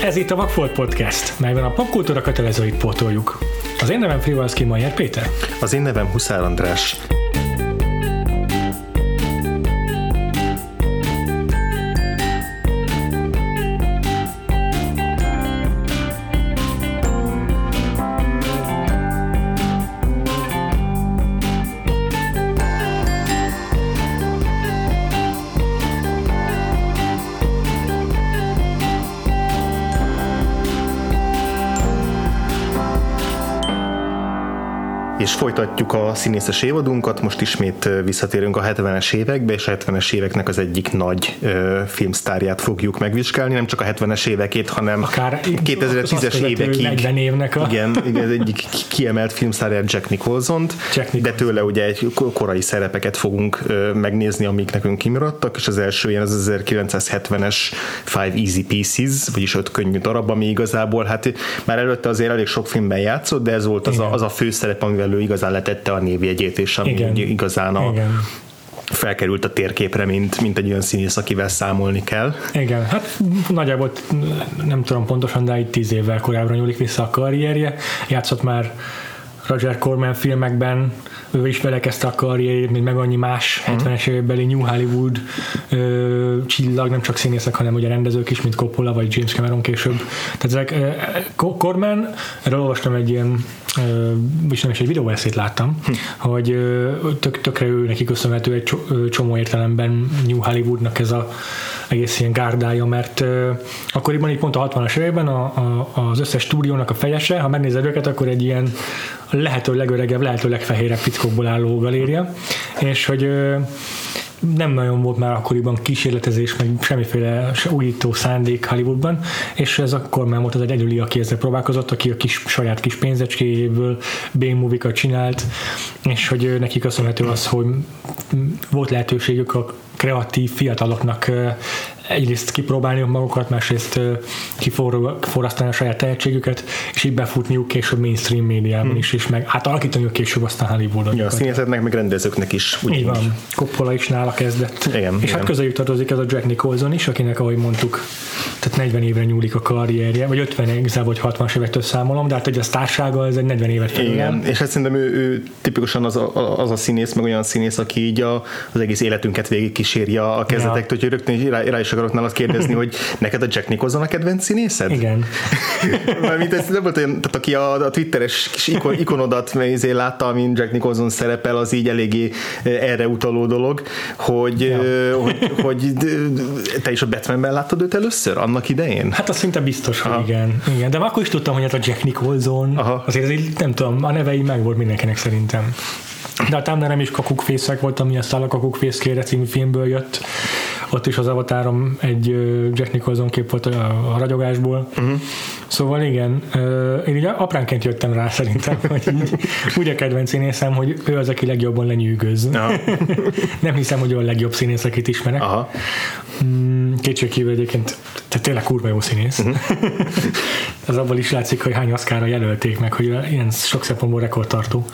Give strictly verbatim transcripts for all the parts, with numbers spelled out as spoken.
Ez itt a Vagfolt Podcast, melyben a popkultúra kötelezőit pótoljuk. Az én nevem Frivalszky Mayer Péter. Az én nevem Huszár András. És folytatjuk a színészes évadunkat, most ismét visszatérünk a hetvenes évekbe, és a hetvenes éveknek az egyik nagy ö, filmsztárját fogjuk megvizsgálni, nem csak a hetvenes évekét, hanem akár kétezer-tízes évekig. negyven évnek a... Igen, igen, az egyik kiemelt filmsztárját, Jack Nicholsont, Jack Nicholson. De tőle ugye egy korai szerepeket fogunk ö, megnézni, amik nekünk kimaradtak, és az első ilyen az ezerkilencszázhetvenes Five Easy Pieces, vagyis öt könnyű darab, ami igazából, hát már előtte azért elég sok filmben játszott, de ez volt az a, az a főszerep, amivel ő igazán letette a névjegyét, és ami igen. igazán a, felkerült a térképre, mint, mint egy olyan színész, akivel számolni kell. Igen, hát nagyjából nem tudom pontosan, de így tíz évvel korábbra nyúlik vissza a karrierje. Játszott már Roger Corman filmekben, ő is belekezdte a karrierjét, mint meg annyi más hmm. hetvenes évekbeli New Hollywood ö, csillag, nem csak színészek, hanem ugye rendezők is, mint Coppola vagy James Cameron később. Tehát ezek, ö, Corman, erről olvastam egy ilyen, ö, és nem is egy videóeszét láttam, hmm. hogy ö, tök, tökre ő neki köszönhető egy csomó értelemben New Hollywoodnak ez a egész ilyen gárdája, mert ö, akkoriban így pont a hatvanas években a, a, az összes stúdiónak a fejese, ha megnézed őket, akkor egy ilyen lehető legöregebb, lehető legfehérebb fickókból álló galéria, és hogy ö, nem nagyon volt már akkoriban kísérletezés, meg semmiféle újító szándék Hollywoodban, és ez akkor már volt az egy egyedüli, aki ezzel próbálkozott, aki a kis, saját kis pénzecskéjéből B-movikat csinált, és hogy neki köszönhető az, hogy volt lehetőségük a kreatív fiataloknak egyrészt kipróbálniuk magukat, másrészt kiforrasztani a saját tehetségüket, és így befutniuk később mainstream médiában hmm. is, és meg átalakítaniuk később aztán Hollywoodot. Ja, a színészeknek, meg rendezőknek is. Úgy így van. Coppola is nála kezdett. Igen, és igen. hát közöljük tartozik ez a Jack Nicholson is, akinek, ahogy mondtuk, tehát negyven évre nyúlik a karrierje, vagy ötven, igazából, vagy hatvanas évektől számolom, de hát egy a sztársága, ez egy negyven évet felül. Igen, és hát szerintem ő, ő tipikusan az a, az a színész, meg olyan színész, aki így a, az egész életünket végig kíséri a kezdetektől, ja. hogy rögtön rá, rá is akarok nálad kérdezni, hogy neked a Jack Nicholson a kedvenc színészed? Igen. Mármint ez nem volt olyan, tehát aki a, a twitteres kis ikon, ikonodat izé látta, amin Jack Nicholson szerepel, az így eléggé erre utaló dolog, hogy, ja. hogy, hogy te is a Batmanben láttad őt először annak idején? Hát az szinte biztos, hogy Aha. igen. igen. De akkor is tudtam, hogy hát a Jack Nicholson, Aha. azért ez így, nem tudom, a nevei meg volt mindenkinek szerintem. De a Thunder nem is Kakukfészek volt, ami aztán a Kakukfészkére című filmből jött. Ott is az Avatárom egy Jack Nicholson kép volt a, a ragyogásból. Uh-huh. Szóval igen, én így apránként jöttem rá szerintem, hogy így, úgy a kedvenc színészem, hogy ő az, aki legjobban lenyűgöz. Nem hiszem, hogy ő a legjobb színész, akit ismerek. Aha. Kétségkívül egyébként tehát tényleg kurva jó színész. Uh-huh. Ez abból is látszik, hogy hány Oscarra jelölték meg, hogy ilyen sok szempontból rekordtartó.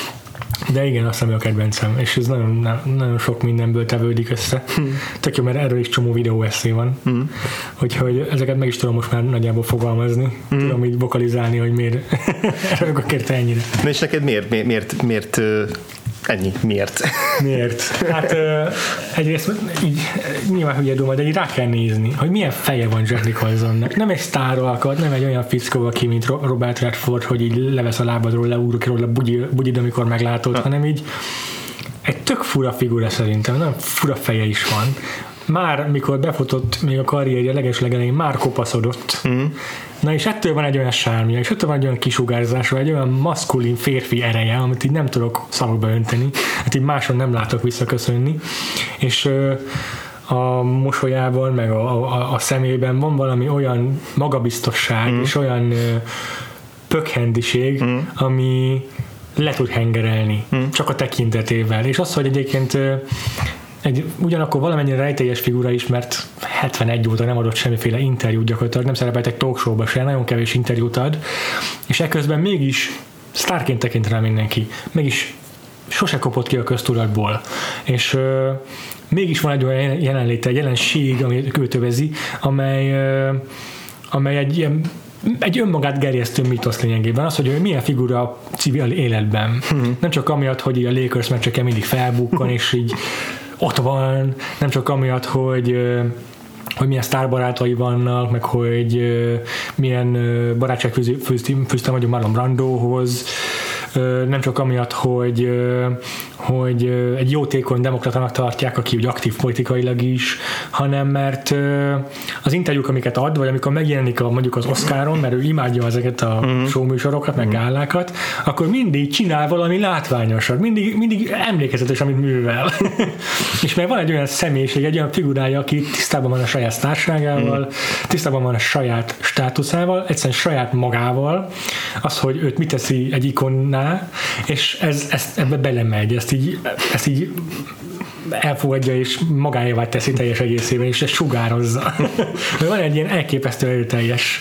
De igen, azt hiszem, a kedvencem, és ez nagyon, nagyon sok mindenből tevődik össze. Hmm. Tök jó, mert erről is csomó videó eszé van. Hmm. Úgyhogy ezeket meg is tudom most már nagyjából fogalmazni. Hmm. Tudom így vokalizálni, hogy miért erről kérte ennyire. Na és neked miért, miért, miért, miért ennyi? Miért? Miért? Hát uh, egyrészt így nyilván hülye duma, de így rá kell nézni, hogy milyen feje van Jack Nicholsonnak. Nem egy sztáralkat, nem egy olyan fickó, aki, mint Robert Redford, hogy így levesz a lábadról, leúrul ki róla bugyid, amikor meglátod, ha. hanem így egy tök fura figura szerintem, nagyon fura feje is van. Már mikor befutott még a karrierje leges-legelején, már kopaszodott. Mm. Na és ettől van egy olyan sármja, és ettől van egy olyan kisugárzása, egy olyan maszkulin férfi ereje, amit így nem tudok szavakba önteni, hát így máson nem látok visszaköszönni. És a mosolyában, meg a, a, a szemében van valami olyan magabiztosság, mm. és olyan pökhendiség, mm. ami le tud hengerelni, mm. csak a tekintetével. És az, hogy egyébként egy, ugyanakkor valamennyire rejtélyes figura is, mert hetvenegy óta nem adott semmiféle interjút gyakorlatilag, nem szerepelt egy talkshowba se, nagyon kevés interjút ad, és ekközben mégis sztárként tekint rá mindenki, mégis sose kopott ki a köztudatból, és ö, mégis van egy olyan jelenléte, egy jelenség, ami őt övezi, amely ö, amely egy ilyen egy önmagát gerjesztő mítosz lényegében, az, hogy ő milyen figura a civil életben. Uh-huh. Nem csak amiatt, hogy a Lakers meccseken mindig felbukkan, és így ott van, nem csak amiatt, hogy hogy milyen sztárbarátai vannak, meg hogy milyen barátság fűztem vagyunk Marlon Brandohoz, nem csak amiatt, hogy, hogy egy jótékony demokratának tartják, aki úgy aktív politikailag is, hanem mert az interjúk, amiket ad, vagy amikor megjelenik a, mondjuk az Oscaron, mert ő imádja ezeket a mm-hmm. showműsorokat, meg gálákat, akkor mindig csinál valami látványosat, mindig, mindig emlékezetes, amit művel. És mert van egy olyan személyiség, egy olyan figurája, aki tisztában van a saját társágával, mm. tisztában van a saját státuszával, egyszerűen saját magával, az, hogy őt mit teszi egy ikonná, és ez, ezt, ebbe belemegy, ezt így, ezt így elfogadja, és magáévá teszi teljes egészében, és ezt sugározza. Van egy ilyen elképesztő erőteljes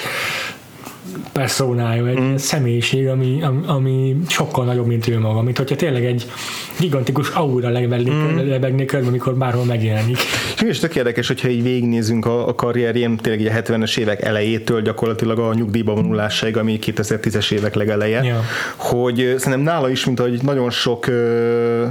personája, egy mm. személyiség, ami, ami, ami sokkal nagyobb, mint ő maga, mint hogyha tényleg egy gigantikus aura lebegné körbe, amikor bárhol megjelenik. És tök érdekes, hogyha így végignézünk a, a karrierjén, tényleg a hetvenes évek elejétől gyakorlatilag a nyugdíjba vonulásáig, ami kétezer-tízes évek legeleje, ja. hogy szerintem nála is, mint ahogy nagyon sok uh,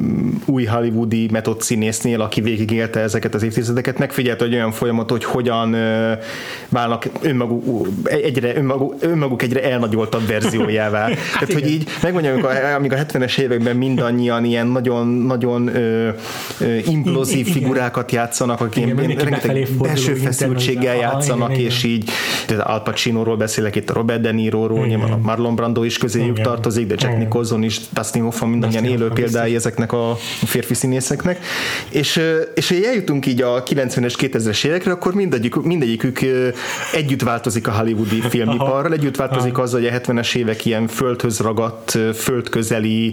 új hollywoodi metód színésznél, aki végigélte ezeket az évtizedeket, megfigyelte, hogy olyan folyamat, hogy hogyan uh, válnak önmaguk, egyre, önmaguk, önmaguk egyre elnagyoltabb verziójává. Tehát, hogy így megmondjam, amikor, amíg a hetvenes években mindannyian ilyen nagyon, nagyon ö, ö, implozív igen, figurákat játszanak, akik igen, ilyen rengeteg belső feszültséggel játszanak, igen, és így Al Pacinoról beszélek, itt a Robert De Niroról, nyilván a Marlon Brando is közéjük igen, tartozik, de Jack igen. Nicholson is, Dustin Hoffman, mindannyian élő példái ezeknek a férfi színészeknek. És, és hogy eljutunk így a kilencvenes, kétezres évekre, akkor mindegyik, mindegyikük együtt változik a hollywoodi filmiparral, együtt változik azzal, hogy a hetvenes évek ilyen földhöz ragadt, földközeli,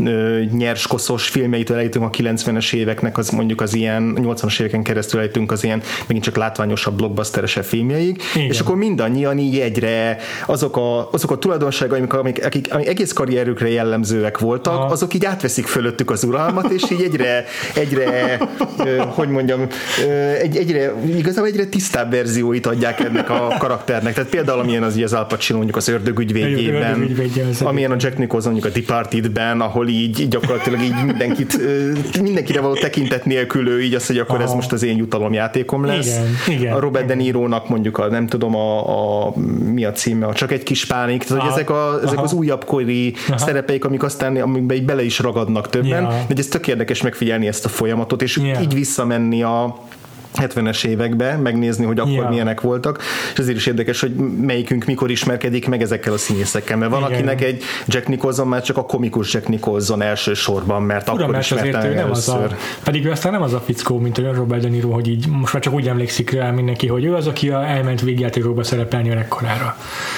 nyerskoszos filmjeitől eljutunk a kilencvenes éveknek, az mondjuk az ilyen nyolcvanas éveken keresztül eljutunk az ilyen megint csak látványosabb, blockbusteresebb filmjeig, igen. és akkor mindannyian így egyre azok a, azok a tulajdonságaik, amik, akik, amik egész karrierükre jellemzőek voltak, aha. azok így átveszik fölöttük az uralmat, és így egyre, egyre hogy mondjam, egy, egyre, igazából egyre tisztább verzióit adják ennek a karakternek. Tehát például amilyen az, az Al Pacino mondjuk az Ördög ügyvédjében, amilyen a Jack Nicholson mondjuk a Departedben, ahol így gyakorlatilag így mindenkit, mindenkire való tekintet nélkül ő így azt, hogy akkor aha. ez most az én jutalomjátékom lesz. Igen, igen, a Robert igen. De Nirónak mondjuk a nem tudom a, a mi a címe, a Csak egy kis pánik, tehát hogy ezek, a, ezek az újabb kori aha. szerepeik, amik aztán amikbe így bele is ragadnak többen, ja. de ez tök érdekes megfigyelni ezt a folyamatot, és yeah. így visszamenni a hetvenes évekbe, megnézni, hogy akkor yeah. milyenek voltak, és ezért is érdekes, hogy melyikünk mikor ismerkedik meg ezekkel a színészekkel, mert van, igen. akinek egy Jack Nicholson már csak a komikus Jack Nicholson elsősorban, mert Uram, akkor ismertem meg először. A, pedig ő aztán nem az a fickó, mint a Robert De Niro, hogy így most már csak úgy emlékszik rá mindenki, hogy ő az, aki elment végjátékokba szerepelni öregkorára.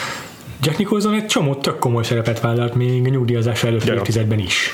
Jack Nicholson egy csomó tök komoly szerepet vállalt még a nyugdíjazása előtti évtizedben is.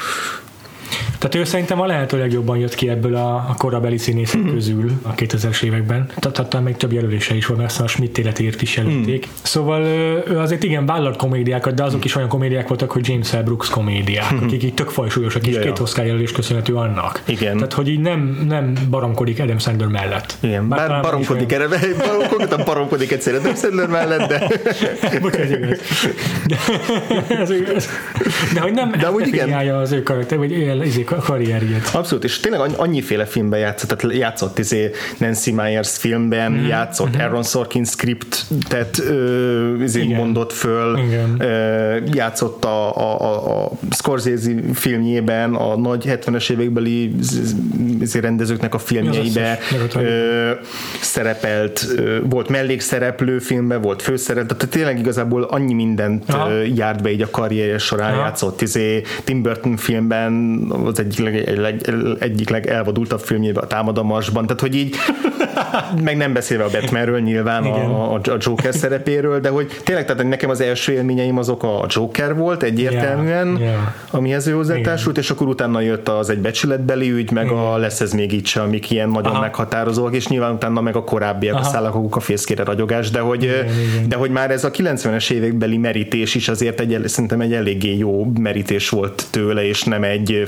Tehát ő szerintem a lehető legjobban jött ki ebből a, a korabeli színészek mm. közül a kétezres években. Tehát még több jelölése is volt, mert aztán a Schmidt életért is jelölték. Mm. Szóval ő azért igen vállalt komédiákat, de azok mm. is olyan komédiák voltak, hogy James L. Brooks komédiák, mm. akik így tök fajsúlyosak, és két Oscar jelölés köszönhető annak. Igen. Tehát, hogy így nem, nem baromkodik Adam Sandler mellett. Igen, bár, bár baromkodik erre, baromkodik, baromkodik egyszer Adam Sandler mellett, de... Bocsánat, igaz. De, ez igaz. De hogy nem definiálja az ő karakter, vagy ő a karrierjét. Abszolút, és tényleg annyiféle filmben játszott, tehát játszott izé Nancy Meyers filmben, mm. játszott mm-hmm. Aaron Sorkin scriptet izé mondott föl, ö, játszott a, a, a Scorsese filmjében, a nagy hetvenes évekbeli izé rendezőknek a filmjeibe ö, szerepelt, ö, volt mellékszereplő filmben, volt főszerep, tehát tényleg igazából annyi mindent ö, járt be így a karrierje során, aha. játszott izé Tim Burton filmben, az egyik, leg, leg, egyik legelvadultabb filmjében, a Támad a Marsban, tehát hogy így meg nem beszélve a Batmanről nyilván a, a, a Joker szerepéről, de hogy tényleg tehát nekem az első élményeim azok a Joker volt egyértelműen, yeah, yeah. amihez ő hozzátársult, és akkor utána jött az Egy becsületbeli ügy, meg igen. a Lesz ez még így sem, amik ilyen nagyon aha. meghatározóak, és nyilván utána meg a korábbiak, aha. a Szállakokuk a fészkére ragyogás, de hogy, igen, igen. de hogy már ez a kilencvenes évekbeli merítés is azért egy, szerintem egy eléggé jó merítés volt tőle, és nem egy felvizezés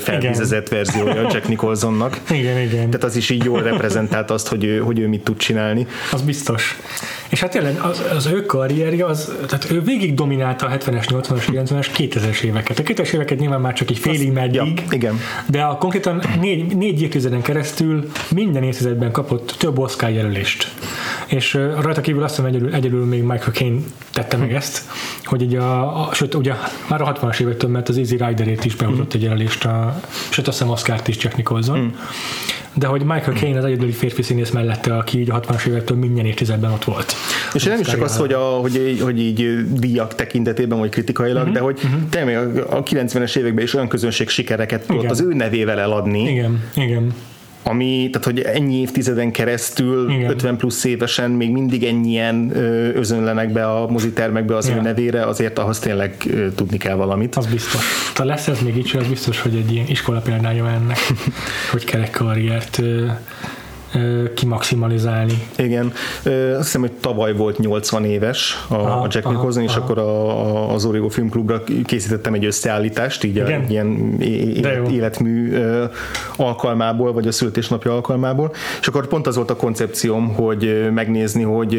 lecenzezett verziója Jack Nicholsonnak. Igen, igen. Tehát az is így jól reprezentált azt, hogy ő, hogy ő mit tud csinálni. Az biztos. És hát tényleg az, az ő karrierje, az, tehát ő végig dominálta a hetvenes, nyolcvanas, kilencvenes, kétezres éveket. A kétezres éveket nyilván már csak egy félig meddig, ja, igen. de a konkrétan négy, négy évtizeden keresztül minden évtizedben kapott több Oscar jelölést. És uh, rajta kívül azt hiszem egyedül, egyedül még Michael Caine tette meg ezt, hogy így a, a sőt, ugye már a hatvanas évektől, mert az Easy Riderét is behozott mm. egy jelölést, a, sőt azt hiszem Oscart is Jack Nicholson. Mm. De hogy Michael Caine az egyedüli férfi színész mellette, aki így a hatvanas évektől minden évtizedben ott volt. És nem is csak az, hogy, a, hogy, hogy így díjak tekintetében, vagy kritikailag, uh-huh, de hogy uh-huh. tényleg a kilencvenes években is olyan közönség sikereket tudott az ő nevével eladni. Igen, igen. Ami, tehát hogy ennyi évtizeden keresztül, igen. ötven plusz évesen még mindig ennyien ö, özönlenek be a mozitermekbe az ja. ő nevére, azért ahhoz tényleg ö, tudni kell valamit. Az biztos. Ha lesz ez még így, az biztos, hogy egy ilyen iskola példája ennek, hogy kerek karriert ö, kimaximalizálni. Igen. Azt hiszem, hogy tavaly volt nyolcvan éves a, aha, a Jack Nicholson, és aha. akkor a, a, az Origo Filmklubra készítettem egy összeállítást, így egy ilyen élet, életmű alkalmából, vagy a születésnapja alkalmából, és akkor pont az volt a koncepcióm, hogy megnézni, hogy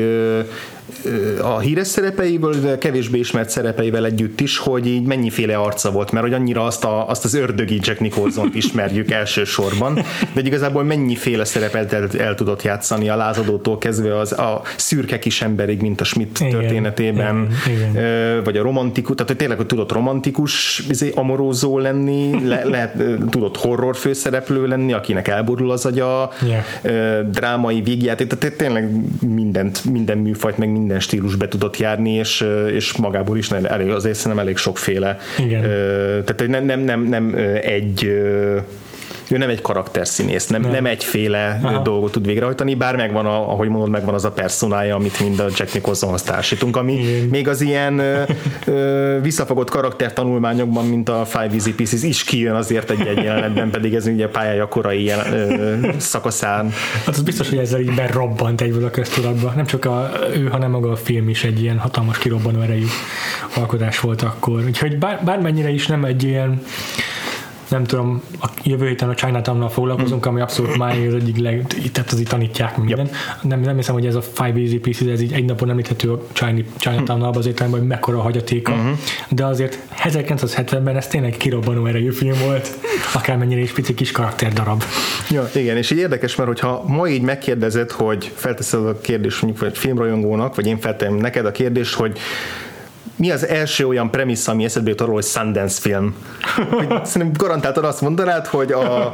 a híres szerepeiből, de kevésbé ismert szerepeivel együtt is, hogy így mennyiféle arca volt, mert hogy annyira azt, a, azt az ördögi Jack Nicholsont ismerjük elsősorban, de igazából mennyiféle szerepet el, el tudott játszani a lázadótól kezdve az a szürke kis emberig, mint a Schmidt igen, történetében, igen, igen. vagy a romantikus, tehát hogy tényleg hogy tudott romantikus amorózó lenni, le, lehet, tudott horror főszereplő lenni, akinek elborul az agya, yeah. drámai végjáték, tehát tényleg mindent, minden műfajt, meg minden stílus be tudott járni, és, és magából is elég, azért szerintem elég sokféle. Igen. Tehát nem, nem, nem, nem egy ő nem egy karakterszínész, nem, nem. nem egyféle aha. dolgot tud végrehajtani, bár megvan, a, ahogy mondod, megvan az a personája, amit mind a Jack Nicholsonhoz társítunk, ami igen. még az ilyen ö, ö, visszafogott karaktertanulmányokban, mint a Five Easy Pieces is kijön azért egy-egy jelenetben, pedig ez ugye pályája korai jelen, ö, szakaszán. Hát az biztos, hogy ezzel így berobbant egyből a köztudatba. Nem csak a, ő, hanem maga a film is egy ilyen hatalmas kirobbanó erejű alkotás volt akkor. Úgyhogy bár, bármennyire is nem egy ilyen nem tudom, a jövő héten a Chinatownnal foglalkozunk, mm. ami abszolút már az egyik leg, tehát az itt tanítják minden. Yep. Nem, nem hiszem, hogy ez a Five Easy Pieces, ez így egy napon említhető a Chinatownnal az értelemben, hogy mekkora a hagyatéka, mm-hmm. de azért ezerkilencszázhetvenben ez tényleg kirobbanó erejű film volt, akármennyire is pici kis karakterdarab. Ja, igen, és így érdekes, mert hogyha ma így megkérdezed, hogy felteszed a kérdést mondjuk vagy filmrajongónak, vagy én felteszem neked a kérdést, hogy mi az első olyan premissza, ami eszedbe jut arról, hogy Sundance film? Szerintem garantáltan azt mondanád, hogy a,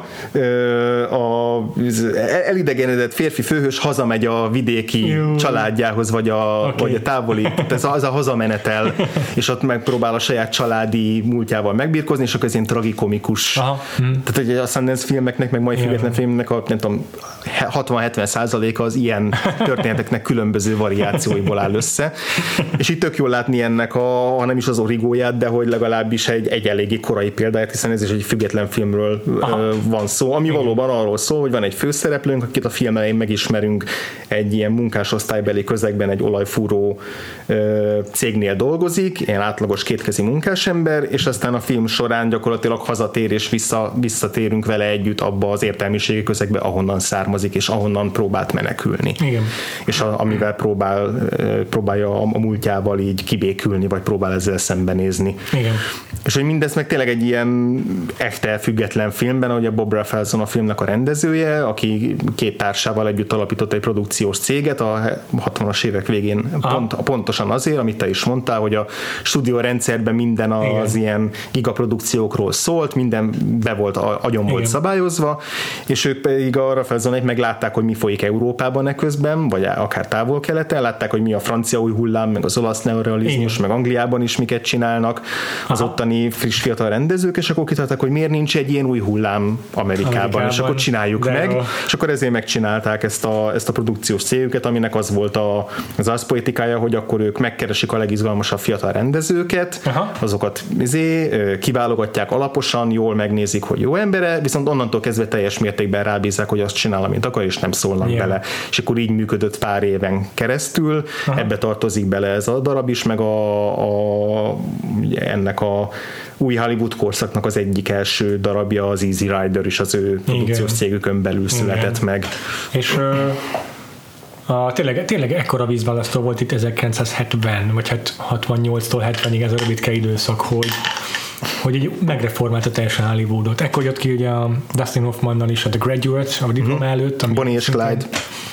a elidegenedett férfi főhős hazamegy a vidéki Jú. családjához, vagy a, okay. vagy a távoli, ez az a hazamenetel, és ott megpróbál a saját családi múltjával megbirkózni, és akkor ez ilyen tragikomikus. Aha. Tehát hogy a Sundance filmeknek, meg mai független filmnek a nem tudom, hatvan-hetven százaléka az ilyen történeteknek különböző variációiból áll össze. És itt tök jól látni ennek a, ha nem is az origóját, de hogy legalábbis egy, egy eléggé korai példáját, hiszen ez is egy független filmről Aha. van szó, ami Igen. valóban arról szól, hogy van egy főszereplőnk, akit a film elején megismerünk egy ilyen munkásosztálybeli közegben, egy olajfúró ö, cégnél dolgozik, ilyen átlagos kétkezi munkásember, és aztán a film során gyakorlatilag hazatér, és vissza, visszatérünk vele együtt abba az értelmiségi közegbe, ahonnan származik, és ahonnan próbált menekülni. Igen. És a, amivel próbál, próbálja a, a múltjával így kibékülni, vagy próbál ezzel szembenézni. Igen. És hogy mindez meg tényleg egy ilyen echte független filmben, ahogy a Bob Rafelson a filmnek a rendezője, aki két társával együtt alapított egy produkciós céget a hatvanas évek végén pont, pontosan azért, amit te is mondtál, hogy a stúdiórendszerben minden az Igen. ilyen gigaprodukciókról szólt, minden be volt, agyon volt Igen. szabályozva, és ők pedig a Rafelsonék meglátták, hogy mi folyik Európában eközben, vagy akár távol-keleten, látták, hogy mi a francia új hullám, meg az olasz neorealizmus, meg Angliában is miket csinálnak az Aha. ottani friss fiatal rendezők, és akkor kitalálták, hogy miért nincs egy ilyen új hullám Amerikában, Amerikában és akkor csináljuk meg, jó. és akkor ezért megcsinálták ezt a, ezt a produkciós cégüket, aminek az volt a, az arszpoetikája, hogy akkor ők megkeresik a legizgalmasabb fiatal rendezőket, Aha. azokat izé, kiválogatják alaposan, jól megnézik, hogy jó embere, viszont onnantól kezdve teljes mértékben rábízzák, hogy azt csinál, amit akar, és nem szólnak yeah. bele. És akkor így működött pár éven keresztül, Aha. ebbe tartozik bele ez a darab is, meg a a, a, ennek a új Hollywood korszaknak az egyik első darabja, az Easy Rider is az ő produkciós cégükön belül született Igen. meg. És a, tényleg, tényleg ekkora vízválasztó volt itt ezerkilencszázhetven, vagy hát hatvannyolctól hetvenig ez a rövidke időszak, hogy hogy így megreformálta teljesen Hollywoodot. Ekkor jött ki ugye a Dustin Hoffmannal is a The Graduate, a diploma mm-hmm. előtt. Bonnie és Clyde.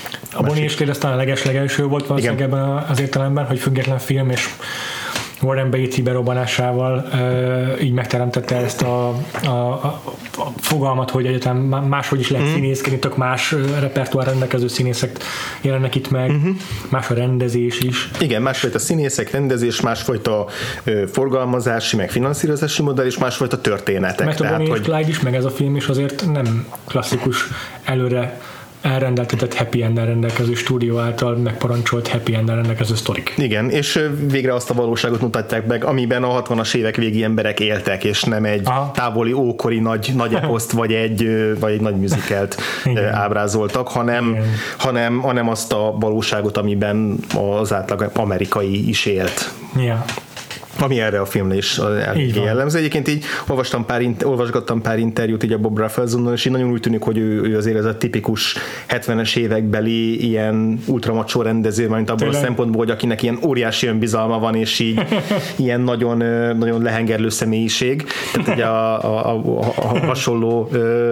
A Bonnie és Clyde aztán a leges-legelső volt valószínűleg ebben az értelemben, hogy független film, és Warren Beatty berobbanásával uh, így megteremtette ezt a, a, a, a fogalmat, hogy egyetem máshogy is lehet mm. színészkedni, tök más repertoár rendelkező színészek jelennek itt meg, mm-hmm. más a rendezés is. Igen, másfajta színészek, rendezés, másfajta uh, forgalmazási, meg finanszírozási modell, és másfajta történetek. Mert a Bonnie és Clyde is, meg ez a film is azért nem klasszikus előre elrendeltetett happy end-en rendelkező stúdió által megparancsolt happy end-en rendelkező sztorik. Igen, és végre azt a valóságot mutatják meg, amiben a hatvanas évek végi emberek éltek, és nem egy Aha. távoli ókori nagy, nagy eposzt, vagy egy, vagy egy nagy musicalt ábrázoltak, hanem, hanem, hanem azt a valóságot, amiben az átlag amerikai is élt. Ja. Ami erre a filmre is jellemző. Egyébként így olvastam pár, olvasgattam pár interjút így a Bob Rafelsonon, és így nagyon úgy tűnik, hogy ő, ő azért ez a tipikus hetvenes évekbeli ilyen ultramacsó rendező, mint abban Tényleg? a szempontból, hogy akinek ilyen óriási önbizalma van, és így ilyen nagyon, nagyon lehengerlő személyiség. Tehát ugye a, a, a, a hasonló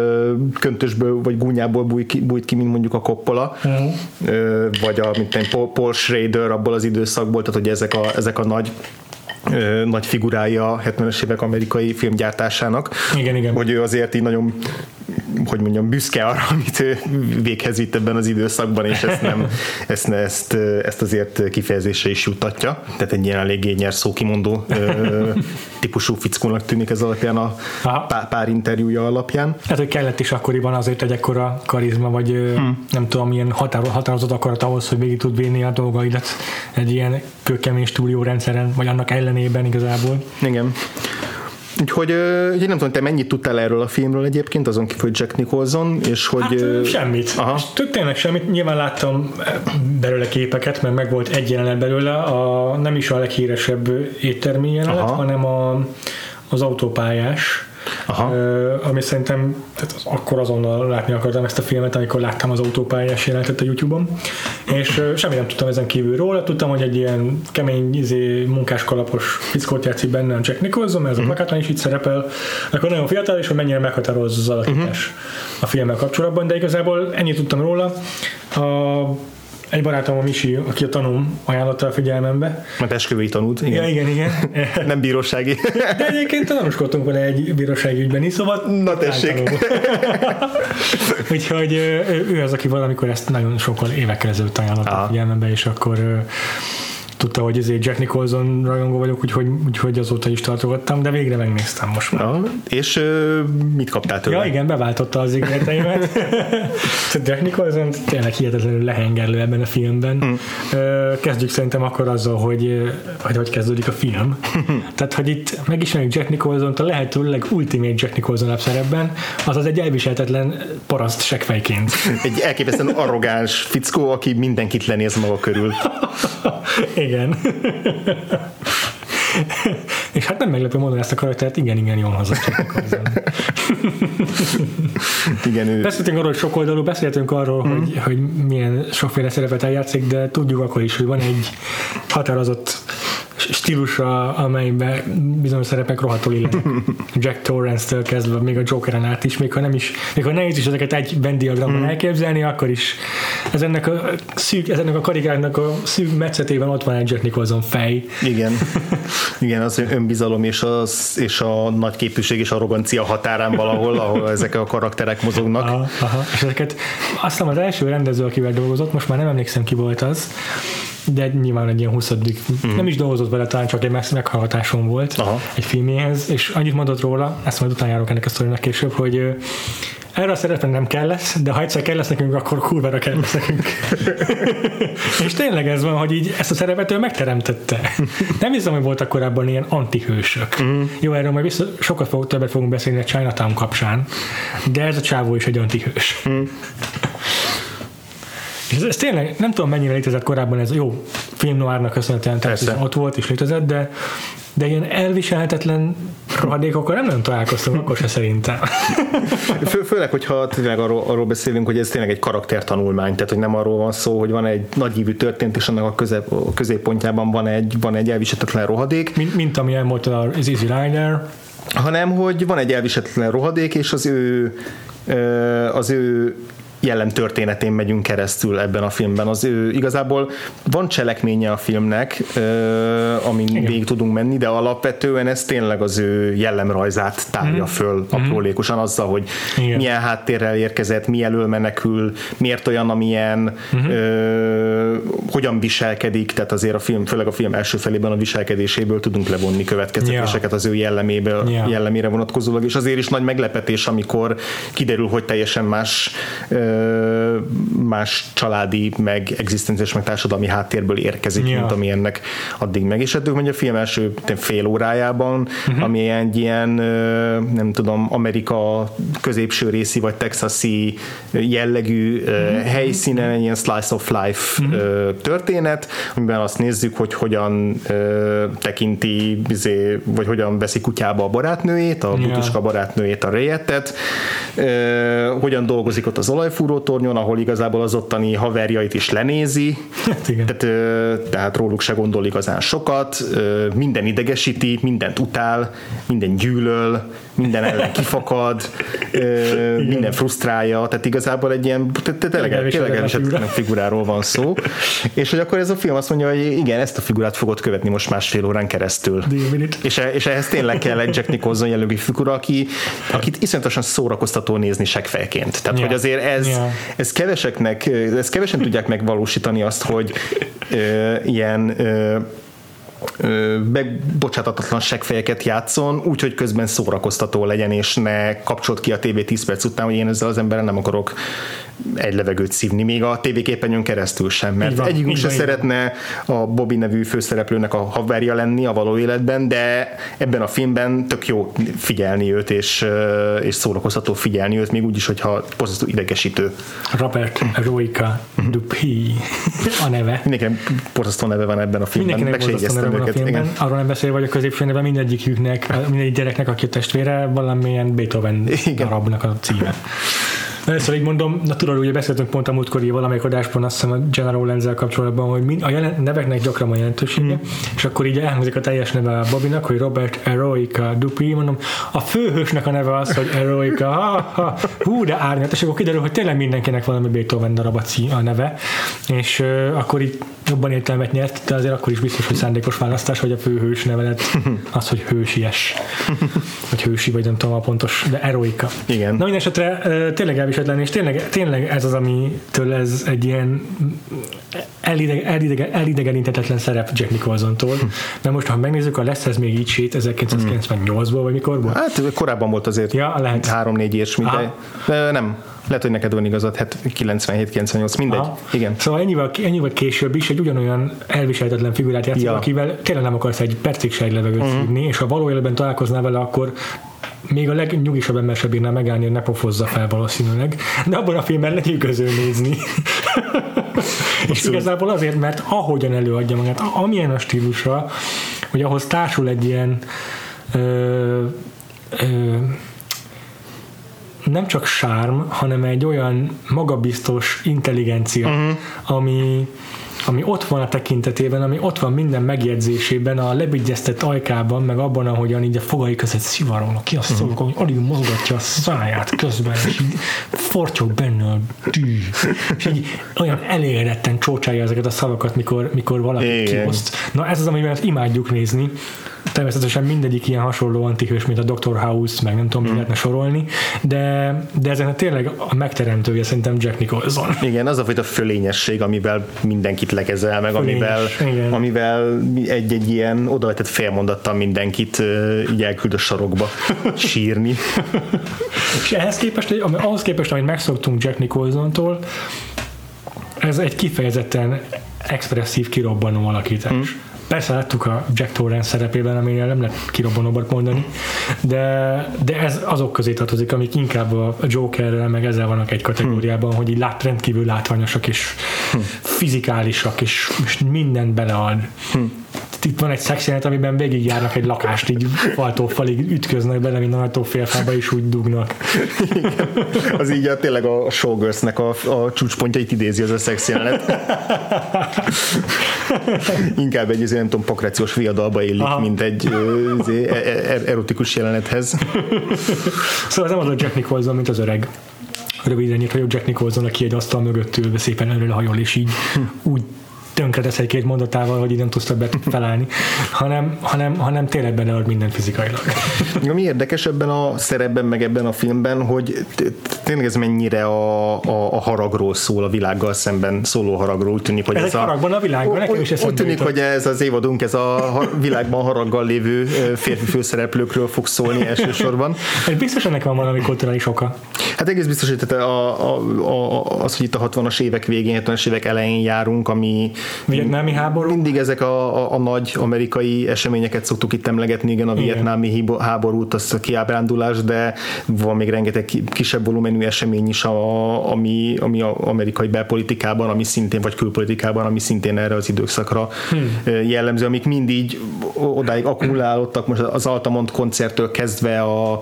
köntösből vagy gúnyából bújt ki, bújt ki, mint mondjuk a Coppola, uh-huh. vagy a mint Paul, Paul Schrader abból az időszakból, tehát hogy ezek a, ezek a nagy Ö, nagy figurája a hetvenes évek amerikai filmgyártásának, igen, igen. hogy ő azért így nagyon, hogy mondjam, büszke arra, amit ő véghez vitt ebben az időszakban, és ezt, nem, ezt, ezt, ezt azért kifejezésre is juttatja. Tehát egy ilyen eléggé nyerszókimondó ö, típusú fickónak tűnik ez alapján a pár, pár interjúja alapján. Hát, hogy kellett is akkoriban azért egy ekkora karizma, vagy hmm. nem tudom, milyen határozott, határozott akarat ahhoz, hogy végig tud vinni a dolgaidat egy ilyen kőkemény stúdiórendszeren, vagy annak ellenében igazából. Igen. Úgyhogy ugye nem tudom, te mennyit tudtál erről a filmről egyébként, azon kívül, hogy Jack Nicholson, és hogy... Hát semmit. Aha. Tényleg semmit. Nyilván láttam belőle képeket, mert meg volt egy jelenet belőle, a, nem is a leghíresebb éttermi jelenet, Aha. hanem a, az autópályás. Aha. Uh, ami szerintem tehát akkor azonnal látni akartam ezt a filmet, amikor láttam az autópályás jelenetet a YouTube-on, és uh, semmi nem tudtam ezen kívül róla, tudtam, hogy egy ilyen kemény izé, munkáskalapos fickót játszik benne a Jack Nicholson, mert ez uh-huh. a plakátán is itt szerepel, akkor nagyon fiatal, és hogy mennyire meghatározó az alakítás uh-huh. a filmmel kapcsolatban, de igazából ennyit tudtam róla. A Egy barátom, a Misi, aki a tanúm, ajánlotta a figyelmembe. Mert esküvői tanult, igen. Ja, igen, igen. Nem bírósági. De egyébként tanúskodtunk vele egy bírósági ügyben is, szóval... Na tessék. Úgyhogy ő az, aki valamikor ezt nagyon sokkal évekkel ezelőtt ajánlotta a figyelmembe, és akkor tudta, hogy ezért Jack Nicholson rajongó vagyok, úgyhogy, úgyhogy azóta is tartogattam, de végre megnéztem most már. Ja, és uh, mit kaptál tőle? Ja, igen, beváltotta az ígéreteimet. Jack Nicholson tényleg hihetetlenül lehengerlő ebben a filmben. Mm. Kezdjük szerintem akkor azzal, hogy hogy, hogy kezdődik a film. Tehát, hogy itt megismerjük Jack Nicholsont a lehetőleg ultimate Jack Nicholson szerepben, azaz egy elviselhetetlen paraszt seggfejként. Egy elképesztően arrogáns fickó, aki mindenkit lenéz maga körül. Igen. És hát nem meglepő módon ezt a karaktert igen-igen jól hozott. Igen, ő... Beszéltünk arról, hogy sokoldalú, beszéltünk arról, mm. hogy, hogy milyen sokféle szerepet eljátszik, de tudjuk akkor is, hogy van egy határozott stílusa, amelyben bizonyos szerepek rohadtul illenek. Jack Torrance-től kezdve, még a Jokeren át is, még ha nem is, még ha nehéz is ezeket egy Venn diagramban mm. elképzelni, akkor is ez ennek a szűk, ez ennek a karikárnak a szűk metszetében ott van egy Jack Nicholson fej. Igen. Igen, az önbizalom és, az, és a nagy képűség és arrogancia határán valahol, ahol ezek a karakterek mozognak. Aha, aha. És ezeket aztán az első rendező, akivel dolgozott, most már nem emlékszem, ki volt az, de nyilván egy ilyen huszadik, mm. nem is dolgozott vele, talán csak egy meghallgatásom volt Aha. egy filméhez, és annyit mondott róla, ezt majd után járok ennek a sztorinak később, hogy erre a szerepre nem kell lesz, de ha egyszer kell lesz nekünk, akkor kurvára kell lesz nekünk. És tényleg ez van, hogy így ezt a szerepet ő megteremtette. Nem hiszem, hogy voltak korábban ilyen antihősök. Mm. Jó, erről majd vissza, sokat fog, többet fogunk beszélni a Chinatown kapcsán, de ez a csávó is egy antihős. Mm. És ez, ez tényleg, nem tudom mennyire létezett korábban, ez jó, film noirnak köszönhetően természetesen ott volt és létezett, de de ilyen elviselhetetlen rohadékokkal nem nagyon találkoztunk, akkor se szerintem. Fő, főleg, hogyha tényleg arról, arról beszélünk, hogy ez tényleg egy karaktertanulmány, tehát hogy nem arról van szó, hogy van egy nagyívű történet, és annak a, közép, a középpontjában van egy, van egy elviselhetetlen rohadék. Mint, mint amilyen volt az Easy Rider. Hanem, hogy van egy elviselhetetlen rohadék, és az ő az ő jellem történetén megyünk keresztül ebben a filmben. Az ő igazából van cselekménye a filmnek, amin igen. végig tudunk menni, de alapvetően ez tényleg az ő jellemrajzát tárja mm. föl aprólékosan azzal, hogy igen. milyen háttérrel érkezett, mi elől menekül, miért olyan, amilyen, mm-hmm. ö, hogyan viselkedik, tehát azért a film, főleg a film első felében a viselkedéséből tudunk levonni következtetéseket yeah. az ő jelleméből, yeah. jellemére vonatkozólag, és azért is nagy meglepetés, amikor kiderül, hogy teljesen más más családi, meg egzisztenciás, meg társadalmi háttérből érkezik, yeah. mint ami ennek addig megisedő, hogy a film első fél órájában, uh-huh. ami egy ilyen, nem tudom, Amerika középső részi, vagy texasi jellegű uh-huh. helyszínen, egy ilyen slice of life uh-huh. történet, amiben azt nézzük, hogy hogyan tekinti, vagy hogyan veszi kutyába a barátnőjét, a yeah. butuska barátnőjét, a Rayettet, hogyan dolgozik ott az olajfúrótornyon, ahol igazából az ottani haverjait is lenézi, hát tehát, tehát róluk se gondol igazán sokat, minden idegesíti, mindent utál, minden gyűlöl, minden ellen kifakad, minden frusztrálja, tehát igazából egy ilyen tényleg elviselhetetlen figuráról van szó, és hogy akkor ez a film azt mondja, hogy igen, ezt a figurát fogod követni most másfél órán keresztül. És, és ehhez tényleg kell egy Jack Nicholson jellegű figura, aki, akit iszonyatosan szórakoztató nézni seggfejként. Tehát, yeah. hogy azért ez, yeah. ez keveseknek, ezt kevesen tudják megvalósítani azt, hogy ö, ilyen ö, megbocsátatatlan seggfejeket játszon, úgyhogy közben szórakoztató legyen, és ne kapcsolt ki a tévé tíz perc után, hogy én ezzel az emberrel nem akarok egy levegőt szívni, még a tévéképernyőn keresztül sem, mert van, egyikünk se szeretne a Bobby nevű főszereplőnek a haverja lenni a való életben, de ebben a filmben tök jó figyelni őt, és, és szórakoztató figyelni őt, még úgyis, hogyha borzasztó idegesítő. Robert Eroica Dupuy a neve. Mindenkinek borzasztó neve van ebben a filmben. Mindenkinek borzasztó neve van a filmben. Igen. Arról nem beszélve, hogy a középső neve mindegyiküknek, mindegyik gyereknek, aki a testvére, valamilyen Beethoven darabnak a címe. Először így mondom, na tudod, ugye beszéltünk pont a múltkori valamelyik adásban, azt hiszem a General Lenz-el kapcsolatban, hogy mind, a jelen, neveknek gyakran van jelentősége, mm. és akkor így elhangzik a teljes neve a Bobbynak, hogy Robert Eroica Dupuy, mondom, a főhősnek a neve az, hogy Eroica, ha, ha, hú, de árnyat, és akkor kiderül, hogy tényleg mindenkinek valami Beethoven darab a neve, és uh, akkor így jobban értelmet nyert, de azért akkor is biztos, hogy szándékos választás, hogy a főhős neve lett az, hogy hősies, vagy hősi, vagy nem tudom a pontos, de Eroica. Igen. Na minden esetre uh, tényleg elviselhetetlen, és tényleg, tényleg ez az, amitől ez egy ilyen elideg, elideg, elidegeníthetetlen szerep Jack Nicholsontól, de most, ha megnézzük, a lesz ez még így sét ezerkilencszázkilencvennyolcból, vagy mikor volt? Hát korábban volt azért ja, lehet. három-négy éves, mindegy. Nem. Lehet, hogy neked van igazad, hát kilencvenhét kilencvennyolc, mindegy. Aha. Igen. Szóval ennyivel, ennyivel később is egy ugyanolyan elviselhetetlen figurát játszik, ja. akivel tényleg nem akarsz egy percig se egy levegőt uh-huh. szívni, és ha való életben találkoznál vele, akkor még a legnyugisabb ember sem bírná megállni, hogy ne pofozza fel valószínűleg, de abban a filmben lenyűgöző nézni. És igazából azért, mert ahogyan előadja magát, amilyen a stílusra, hogy ahhoz társul egy ilyen ö, ö, nem csak sárm, hanem egy olyan magabiztos intelligencia, uh-huh. ami, ami ott van a tekintetében, ami ott van minden megjegyzésében, a lebigyeztett ajkában, meg abban, ahogyan így a fogai között szivarolnak ki a szavak, uh-huh. hogy alig mozgatja a száját közben, és így fortyog benne a tű, és így olyan elégedetten csócsálja ezeket a szavakat, mikor, mikor valaki kioszt. Na ez az, amiben imádjuk nézni. Természetesen mindegyik ilyen hasonló antihős, mint a doktor House, meg nem tudom, mi mm. lehetne sorolni, de, de ezen tényleg a megteremtője szerintem Jack Nicholson. Igen, az a fajta fölényesség, amivel mindenkit lekezel, meg amivel, amivel egy-egy ilyen odavetett félmondattal mindenkit így elküld a sarokba sírni. És ehhez képest, ahhoz képest, amit megszoktunk Jack Nicholsontól, ez egy kifejezetten expresszív, kirobbanó alakítás. Mm. persze láttuk a Jack Torrance szerepében, aminél nem lehet kirobbanóbbat mondani, de, de ez azok közé tartozik, amik inkább a Jokerrel, meg ezzel vannak egy kategóriában, hmm. hogy így lát, rendkívül látványosak, és hmm. fizikálisak, és, és mindent belead. Hmm. Itt van egy szexjelenet, amiben végigjárnak egy lakást, így faltól falig ütköznek bele, mint a ajtófélfába, és úgy dugnak. Igen. Az így a, tényleg a Showgirls-nek a, a csúcspontjait idézi az a szexjelenet. Inkább egy, nem tudom, pakrációs viadalba illik, aha, mint egy er- erotikus jelenethez. Szóval ez nem az a Jack Nicholson, mint az öreg. Röviden írt, hogy Jack Nicholson, aki egy asztal mögött ül, szépen előre hajol, és így úgy tönkretesz egy-két mondatával, hogy így nem tudsz többet felállni, hanem, hanem, hanem tényleg belead mindent fizikailag. Ami érdekes ebben a szerepben, meg ebben a filmben, hogy tényleg ez mennyire a, a, a haragról szól, a világgal szemben szóló haragról. Úgy tűnik, hogy ez, ez egy a, haragban a világban, nekem is úgy tűnik, hogy ez az évadunk, ez a világban haraggal lévő férfi főszereplőkről fog szólni elsősorban. Biztos ennek van valami kulturális oka. Hát egész biztos, hogy tehát a, a, a, az, hogy itt a hatvanas évek végén, hetvenes évek elején járunk, ami vietnámi háború. Mindig ezek a, a, a nagy amerikai eseményeket szoktuk itt emlegetni, igen, a igen. vietnámi háborút, az a kiábrándulás, de van még rengeteg kisebb volumenű esemény is, a, ami, ami a amerikai belpolitikában, ami szintén, vagy külpolitikában, ami szintén erre az időszakra hmm. jellemző, amik mindig odáig akkumulálódtak, most az Altamont koncerttől kezdve a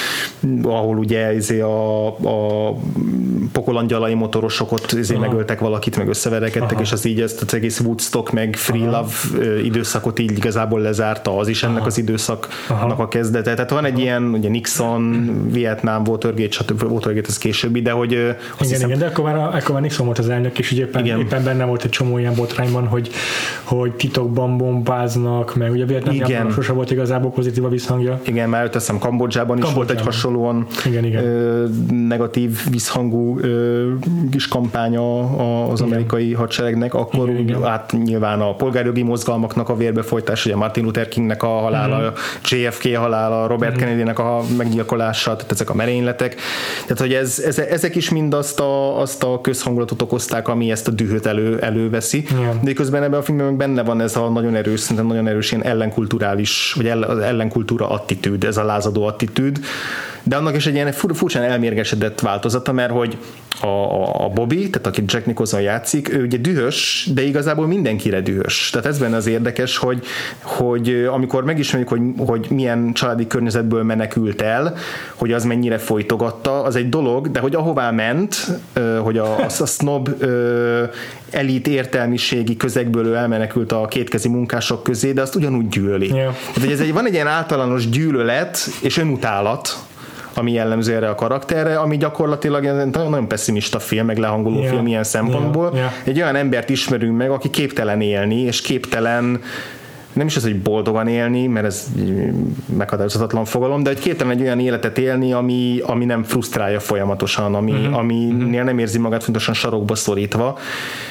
ahol ugye a, a pokolangyalai motorosok ott megöltek valakit, meg összeverekedtek, aha, és az így ezt az egész Woodstock meg Free aha. Love időszakot így igazából lezárta, az is ennek aha. az időszaknak aha. a kezdete. Tehát van egy aha. ilyen, ugye Nixon, Vietnám, Watergate, stb. Watergate ez későbbi, de hogy igen, hiszem, igen, de akkor már, akkor már Nixon volt az elnök, és ugye éppen, éppen benne volt egy csomó ilyen botrányban, hogy, hogy titokban bombáznak, meg ugye Vietnámban sosem volt igazából pozitív a visszhangja. Igen, már teszem, Kambodzsában is Kambodzsában. volt egy hasonlóan igen, igen. Ö, negatív visszhangú ö, kis kampánya az amerikai igen. hadseregnek, akkor igen, igen. át nyilván a polgárjogi mozgalmaknak a vérbefolytás, ugye Martin Luther Kingnek a halála, igen. J F K halála, Robert igen. Kennedynek a meggyilkolása, tehát ezek a merényletek. Tehát, hogy ez, ez, ezek is mind azt a, azt a közhangulatot okozták, ami ezt a dühöt elő, előveszi. Igen. De közben ebben a filmben benne van ez a nagyon erős, szerintem nagyon erős ilyen ellenkulturális, vagy ellen, ellenkultúra attitűd, ez a lázadó attitűd. De annak is egy ilyen furcsán elmérgesedett változata, mert hogy a, a, a Bobby, tehát aki Jack Nicholson játszik, ő ugye dühös, de igazából mindenkire dühös. Tehát ez benne az érdekes, hogy, hogy amikor megismerjük, hogy, hogy milyen családi környezetből menekült el, hogy az mennyire folytogatta, az egy dolog, de hogy ahová ment, hogy a, a snob elit értelmiségi közegből ő elmenekült a kétkezi munkások közé, de azt ugyanúgy gyűlöli. Yeah. Tehát, ez egy, van egy ilyen általános gyűlölet és önutálat, ami jellemző erre a karakterre, ami gyakorlatilag nagyon pessimista film, meg lehangoló yeah. film ilyen szempontból. Yeah. Yeah. Egy olyan embert ismerünk meg, aki képtelen élni, és képtelen nem is az, hogy boldogan élni, mert ez meghatározhatatlan fogalom, de hogy képtelen egy olyan életet élni, ami, ami nem frusztrálja folyamatosan, ami, mm-hmm. aminél nem érzi magát fontosan sarokba szorítva.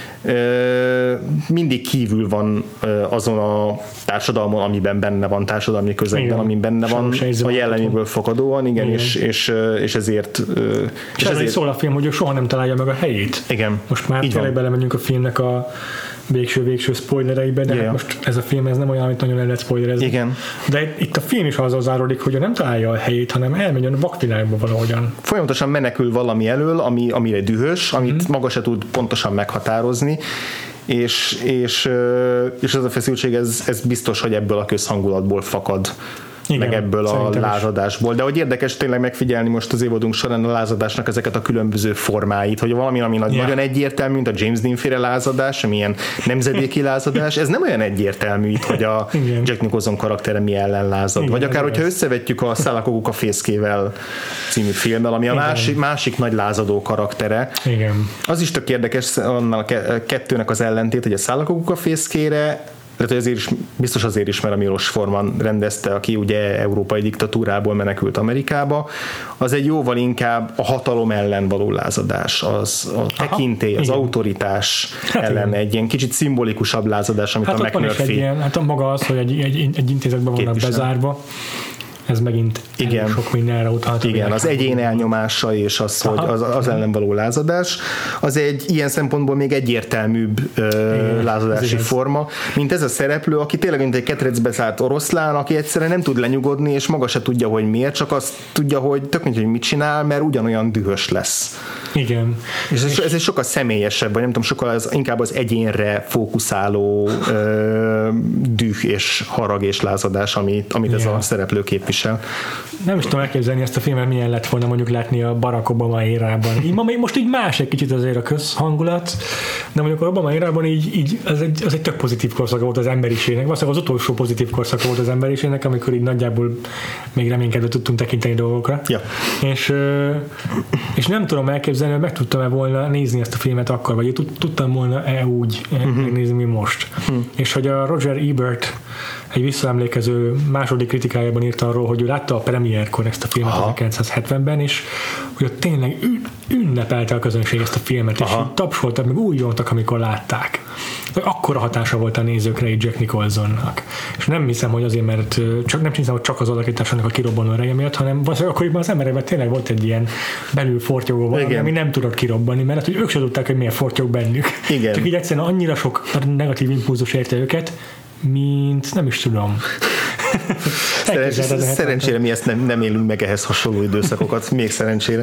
Mindig kívül van azon a társadalmon, amiben benne van, társadalmi közegben, igen. amiben benne van, a jelleméből fakadóan, igen, igen. És, és, és ezért és, és ezért szól a film, hogy ő soha nem találja meg a helyét. Igen. Most már tényleg belemegyünk a filmnek a végső-végső spoilereibe, de yeah. most ez a film ez nem olyan, amit nagyon el lehet spoilerezni. Igen. De itt a film is azzal záródik, hogy ő nem találja a helyét, hanem elmegy a vakvilágba valahogyan. Folyamatosan menekül valami elől, ami, amire dühös, amit mm-hmm. maga se tud pontosan meghatározni, és, és, és ez a feszültség, ez, ez biztos, hogy ebből a közhangulatból fakad. Igen, meg ebből a lázadásból. De hogy érdekes tényleg megfigyelni most az évadunk során a lázadásnak ezeket a különböző formáit, hogy valami, ami yeah. nagyon egyértelmű, mint a James Dean-féle lázadás, ami ilyen nemzedéki lázadás, ez nem olyan egyértelmű itt, hogy a igen. Jack Nicholson karaktere mi ellen lázad. Igen, vagy akár, hogyha ez. összevetjük a Szállakoguk a fészkével című filmmel, ami a másik, másik nagy lázadó karaktere. Igen. Az is tök érdekes, annak a kettőnek az ellentét, hogy a Szállakoguk a fészkére tehát azért is, biztos azért is, mert a Milos Forman rendezte, aki ugye európai diktatúrából menekült Amerikába, az egy jóval inkább a hatalom ellen való lázadás, az a tekintély, aha, az igen. autoritás hát ellen igen. egy ilyen kicsit szimbolikusabb lázadás, amit hát a McMurphy. Ilyen, hát maga az, hogy egy, egy, egy intézetben vannak bezárva, ez megint igen. sok mindenre utalhat. Igen, az egyén elnyomása és az, hogy az, az ellen való lázadás, az egy ilyen szempontból még egyértelműbb ö, lázadási forma, mint ez a szereplő, aki tényleg mint egy ketrecbe zárt oroszlán, aki egyszerűen nem tud lenyugodni, és maga se tudja, hogy miért, csak azt tudja, hogy tök mint, hogy mit csinál, mert ugyanolyan dühös lesz. Igen. És ez, ez egy sokkal személyesebb, vagy nem tudom, sokkal az, inkább az egyénre fókuszáló ö, düh és harag és lázadás, amit, amit ez a szereplő képvisel. Nem is tudom elképzelni ezt a filmet, milyen lett volna mondjuk látni a Barack Obama érában. Így, ma még most így más egy kicsit azért a közhangulat, de mondjuk a Obama érában így, így az, egy, az egy tök pozitív korszaka volt az emberiségnek, valószínűleg az utolsó pozitív korszaka volt az emberiségnek, amikor így nagyjából még reménykedve tudtunk tekinteni dolgokra. Ja. És, és nem tudom elképzelni, hogy meg tudtam-e volna nézni ezt a filmet akkor, vagy tudtam volna-e úgy uh-huh. megnézni, mi most. Uh-huh. És hogy a Roger Ebert egy visszaemlékező második kritikájában írta arról, hogy ő látta a premierkor ezt a filmet ezerkilencszázhetvenben, és hogy ott tényleg ünnepelte a közönség ezt a filmet, Aha. és tapsoltak, meg újjongtak, amikor látták. Akkora hatása volt a nézőkre egy Jack Nicholsonnak. És nem hiszem, hogy azért, mert csak, nem hiszem, hogy csak az alakításának a kirobbanó ereje miatt, hanem akkoriban az emberekben tényleg volt egy ilyen belül fortyogó valami, ami nem tudott kirobbanni, mert hogy ők sem tudták, hogy miért fortyog bennük. Igen. Csak így egyszerűen annyira sok negatív impulzus érte őket, mint nem is tudom. Szerencsére, szerencsére mi ezt nem, nem élünk meg ehhez hasonló időszakokat, még szerencsére.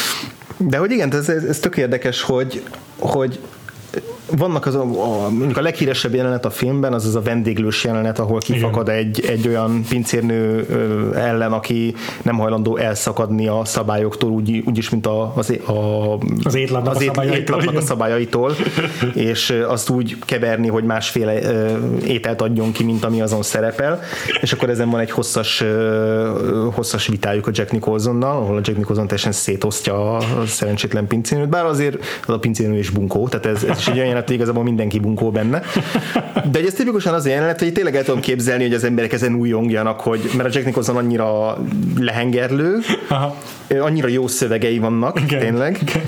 De hogy igen, ez, ez tök érdekes, hogy, hogy vannak az a, a, a leghíresebb jelenet a filmben, az az a vendéglős jelenet, ahol kifakad egy, egy olyan pincérnő ellen, aki nem hajlandó elszakadni a szabályoktól, úgy, úgyis, mint a, az, a, az étlapnak az a szabályaitól, a szabályaitól és azt úgy keverni, hogy másféle ételt adjon ki, mint ami azon szerepel, és akkor ezen van egy hosszas, hosszas vitájuk a Jack Nicholsonnal, ahol a Jack Nicholson teljesen szétosztja a szerencsétlen pincérnőt, bár azért az a pincérnő is bunkó, tehát ez, ez is egy olyan jelenet, igazából mindenki bunkó benne. De ez tipikusan az a jelenet, hogy tényleg el tudom képzelni, hogy az emberek ezen újjongjanak, hogy, mert a Jack Nicholson annyira lehengerlő, Aha. annyira jó szövegei vannak, igen, tényleg. Igen.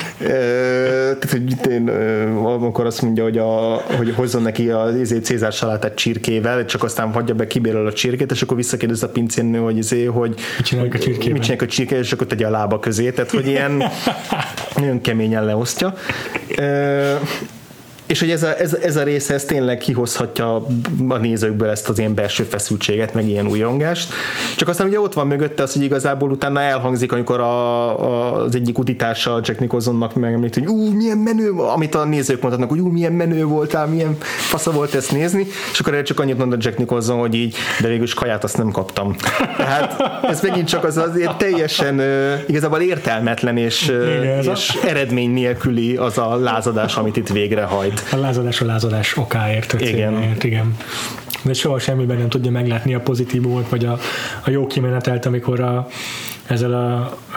E, tehát, hogy én, amikor azt mondja, hogy, a, hogy hozzon neki a Cézár salátát csirkével, csak aztán hagyja be, kibérel a csirkét, és akkor visszakérdez a pincérnő, hogy, izé, hogy mit csinálják a csirkével, mit csinálják a csirkével, és akkor tegye a lába közé, tehát hogy ilyen nagyon keményen leosztja. E, és hogy ez a, ez, ez a része, ez tényleg kihozhatja a nézőkből ezt az ilyen belső feszültséget, meg ilyen újongást. Csak aztán ugye ott van mögötte az, hogy igazából utána elhangzik, amikor a, a, az egyik utitársa Jack Nicholsonnak megemlít, hogy ú, milyen menő, amit a nézők mondhatnak, hogy ú, milyen menő voltál, milyen fasza volt ezt nézni, és akkor erre csak annyit mondott Jack Nicholson, hogy így, de végülis kaját azt nem kaptam. Tehát ez megint csak az azért teljesen uh, igazából értelmetlen és, uh, és eredmény nélküli az a lázadás, amit itt végrehajt. A lázadás a lázadás okáért, igen. igen. De soha semmiben nem tudja meglátni a pozitívumot, vagy a, a jó kimenetelt, amikor a, ezzel a, a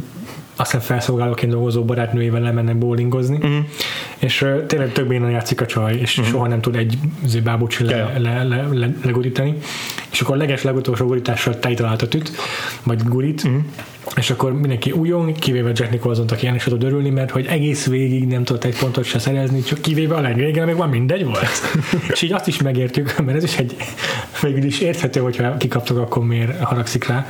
aztán felszolgálóként dolgozó barátnőjével lemennek bowlingozni, uh-huh. és uh, tényleg több bénán játszik a csaj, és uh-huh. soha nem tud egy bábúcsi le, le, le, le, legurítani, és akkor a leges legutolsó gurítással tejtalált a tüt, vagy gurit, uh-huh. és akkor mindenki újjon, kivéve Jack Nicholsont, aki ennek se tud örülni, mert hogy egész végig nem tudott egy pontot se szerezni, csak kivéve a legvégén, még van mindegy volt. És így azt is megértük, mert ez is egy végül is érthető, hogyha kikaptok, akkor miért haragszik rá,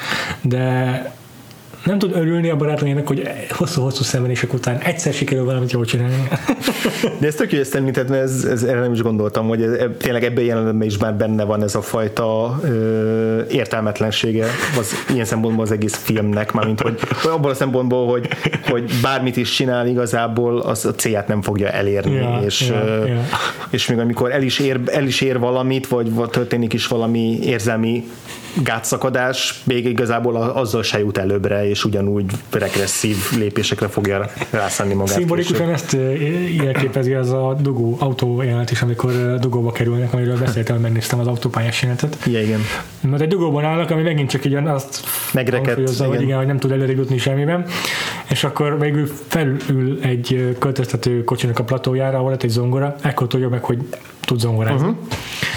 de nem tud örülni a barátnőjének, hogy hosszú-hosszú szenvedések után egyszer sikerül valamit jól csinálni. De ez tök jó ezt említett, mert ez, ez, erre nem is gondoltam, hogy ez, tényleg ebben jelenetben is már benne van ez a fajta ö, értelmetlensége az ilyen szempontból az egész filmnek, mármint hogy abból a szempontból, hogy, hogy bármit is csinál igazából, az a célját nem fogja elérni, ja, és, ja, ö, ja. és még amikor el is, ér, el is ér valamit, vagy történik is valami érzelmi gátszakadás, még igazából azzal se jut előbbre, és ugyanúgy regresszív lépésekre fogja rászánni magát. Szimbolikusan ezt jelképezi az a dugó autó jelenet is, amikor dugóba kerülnek, amiről beszéltem, megnéztem az autópályás jelenetet. Ja, igen. Mert egy dugóban állnak, ami megint csak így azt megrekedt, hogy igen, hogy nem tud előre jutni semmiben, és akkor végül felül egy költöztető kocsinak a platójára, ahol lett egy zongora, ekkor tudja meg, hogy tud zongorázni. Uh-huh.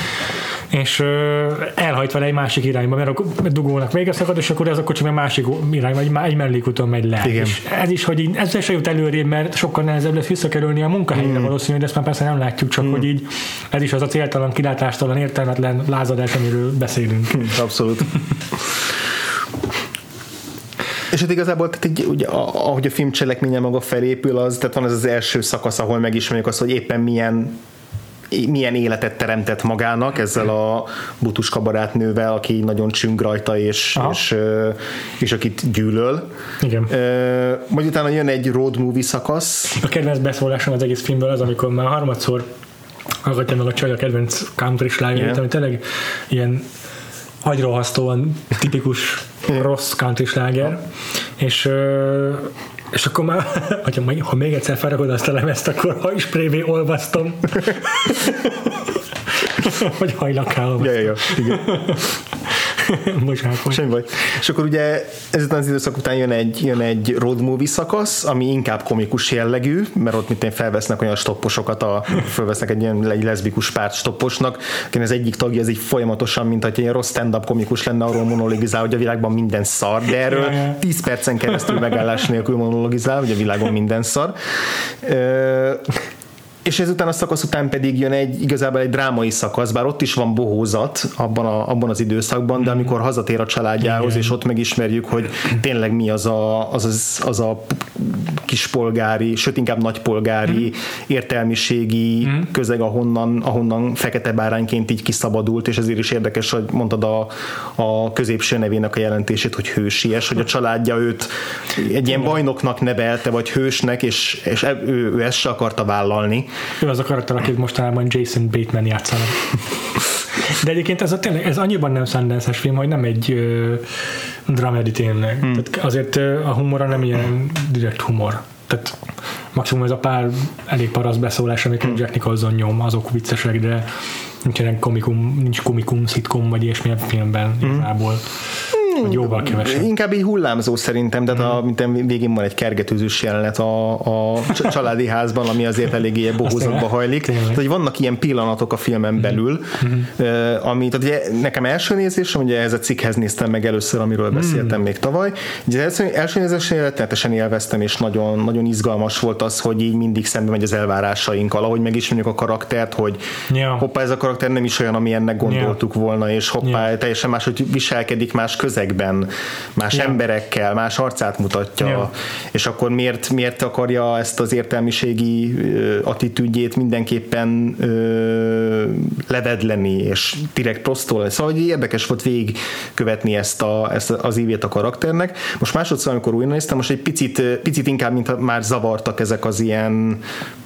És uh, elhajt vele egy másik irányba, mert a dugónak vége szakad, és akkor ez a kocsi meg másik irányba, egy, egy mellékúton megy le. Igen. És ez is, hogy így, ezzel se jut előrébb, mert sokkal nehezebb lesz visszakerülni a munkahelyre mm. valószínűleg, de ezt már persze nem látjuk, csak mm. hogy így ez is az a céltalan, kilátástalan, értelmetlen lázadás, amiről beszélünk. Abszolút. És hát igazából, tehát egy, ugye, ahogy a film cselekménye maga felépül, az, tehát van ez az első szakasz, ahol megismerjük azt, hogy éppen milyen milyen életet teremtett magának ezzel a butuska barátnővel, aki nagyon csüng rajta, és, és, és akit gyűlöl. Igen. Majd utána jön egy road movie szakasz. A kedvenc beszólásom az egész filmből az, amikor már harmadszor hallgatja meg a csaj a kedvenc country slágerét, ami tényleg ilyen agyrohasztóan tipikus rossz country sláger, és és akkor már, ha még egyszer felrakod azt a lemezt, akkor hajsprévé olvasztom. Vagy hajlaká olvasztom. Ja, ja, ja, igen. Bocsánat. Semmi baj. És akkor ugye ezután az időszak után jön egy, jön egy road movie szakasz, ami inkább komikus jellegű, mert ott mint én felvesznek olyan stopposokat, a, felvesznek egy ilyen egy leszbikus párt stopposnak, akinek az egyik tagja ez így folyamatosan, mint hogy egy rossz stand-up komikus lenne, arról monologizál, hogy a világban minden szar, de erről ja, ja. tíz percen keresztül megállás nélkül monologizál, hogy a világon minden szar. Ö, és ezután a szakasz után pedig jön egy igazából egy drámai szakasz, bár ott is van bohózat abban, a, abban az időszakban, de amikor hazatér a családjához, igen. és ott megismerjük, hogy tényleg mi az a, az, az, az a kispolgári, sőt inkább nagypolgári, mm. értelmiségi mm. közeg, ahonnan, ahonnan fekete bárányként így kiszabadult, és ezért is érdekes, hogy mondtad a, a középső nevének a jelentését, hogy hősies, hogy a családja őt egy ilyen bajnoknak nevelte, vagy hősnek, és, és ő, ő ezt se akarta vállalni. Ő az a karakter, akit mostanában Jason Bateman játszanak. De egyébként ez, a, tényleg, ez annyiban nem Sundance-es film, hogy nem egy uh, dramedy tényleg. Hmm. Tehát azért uh, a humora nem ilyen direkt humor. Tehát maximum ez a pár elég paraszt beszólás, amiket hmm. Jack Nicholson nyom, azok viccesek, de nincsenek komikum, nincs komikum, szitkom, vagy ilyesmilyen filmben hmm. igazából. Vagy jóval kevesebb. Inkább így hullámzó szerintem, de mm. a, mint végén van egy kergetőzős jelenet a, a családi házban, ami azért eléggé bohózatba hajlik. Tehát, hogy vannak ilyen pillanatok a filmen belül, mm. ami, tehát ugye nekem első nézésem, ugye ez a cikkhez néztem meg először, amiről beszéltem mm. még tavaly. Ugye az első nézésnél rettenetesen élveztem, és nagyon, nagyon izgalmas volt az, hogy így mindig szembe megy az elvárásainkkal, ahogy megismerjük a karaktert, hogy yeah. hoppá, ez a karakter nem is olyan, ami ennek gondoltuk yeah. volna, és hoppá, yeah. teljesen más, hogy viselkedik más közeg, más ja. emberekkel, más arcát mutatja, ja. és akkor miért, miért akarja ezt az értelmiségi uh, attitűdjét mindenképpen uh, levedleni, és direkt prostól. Szóval hogy érdekes volt végigkövetni ezt, a, ezt az ívét a karakternek. Most másodszor, amikor újra néztem, most egy picit, picit inkább, mint már zavartak ezek az ilyen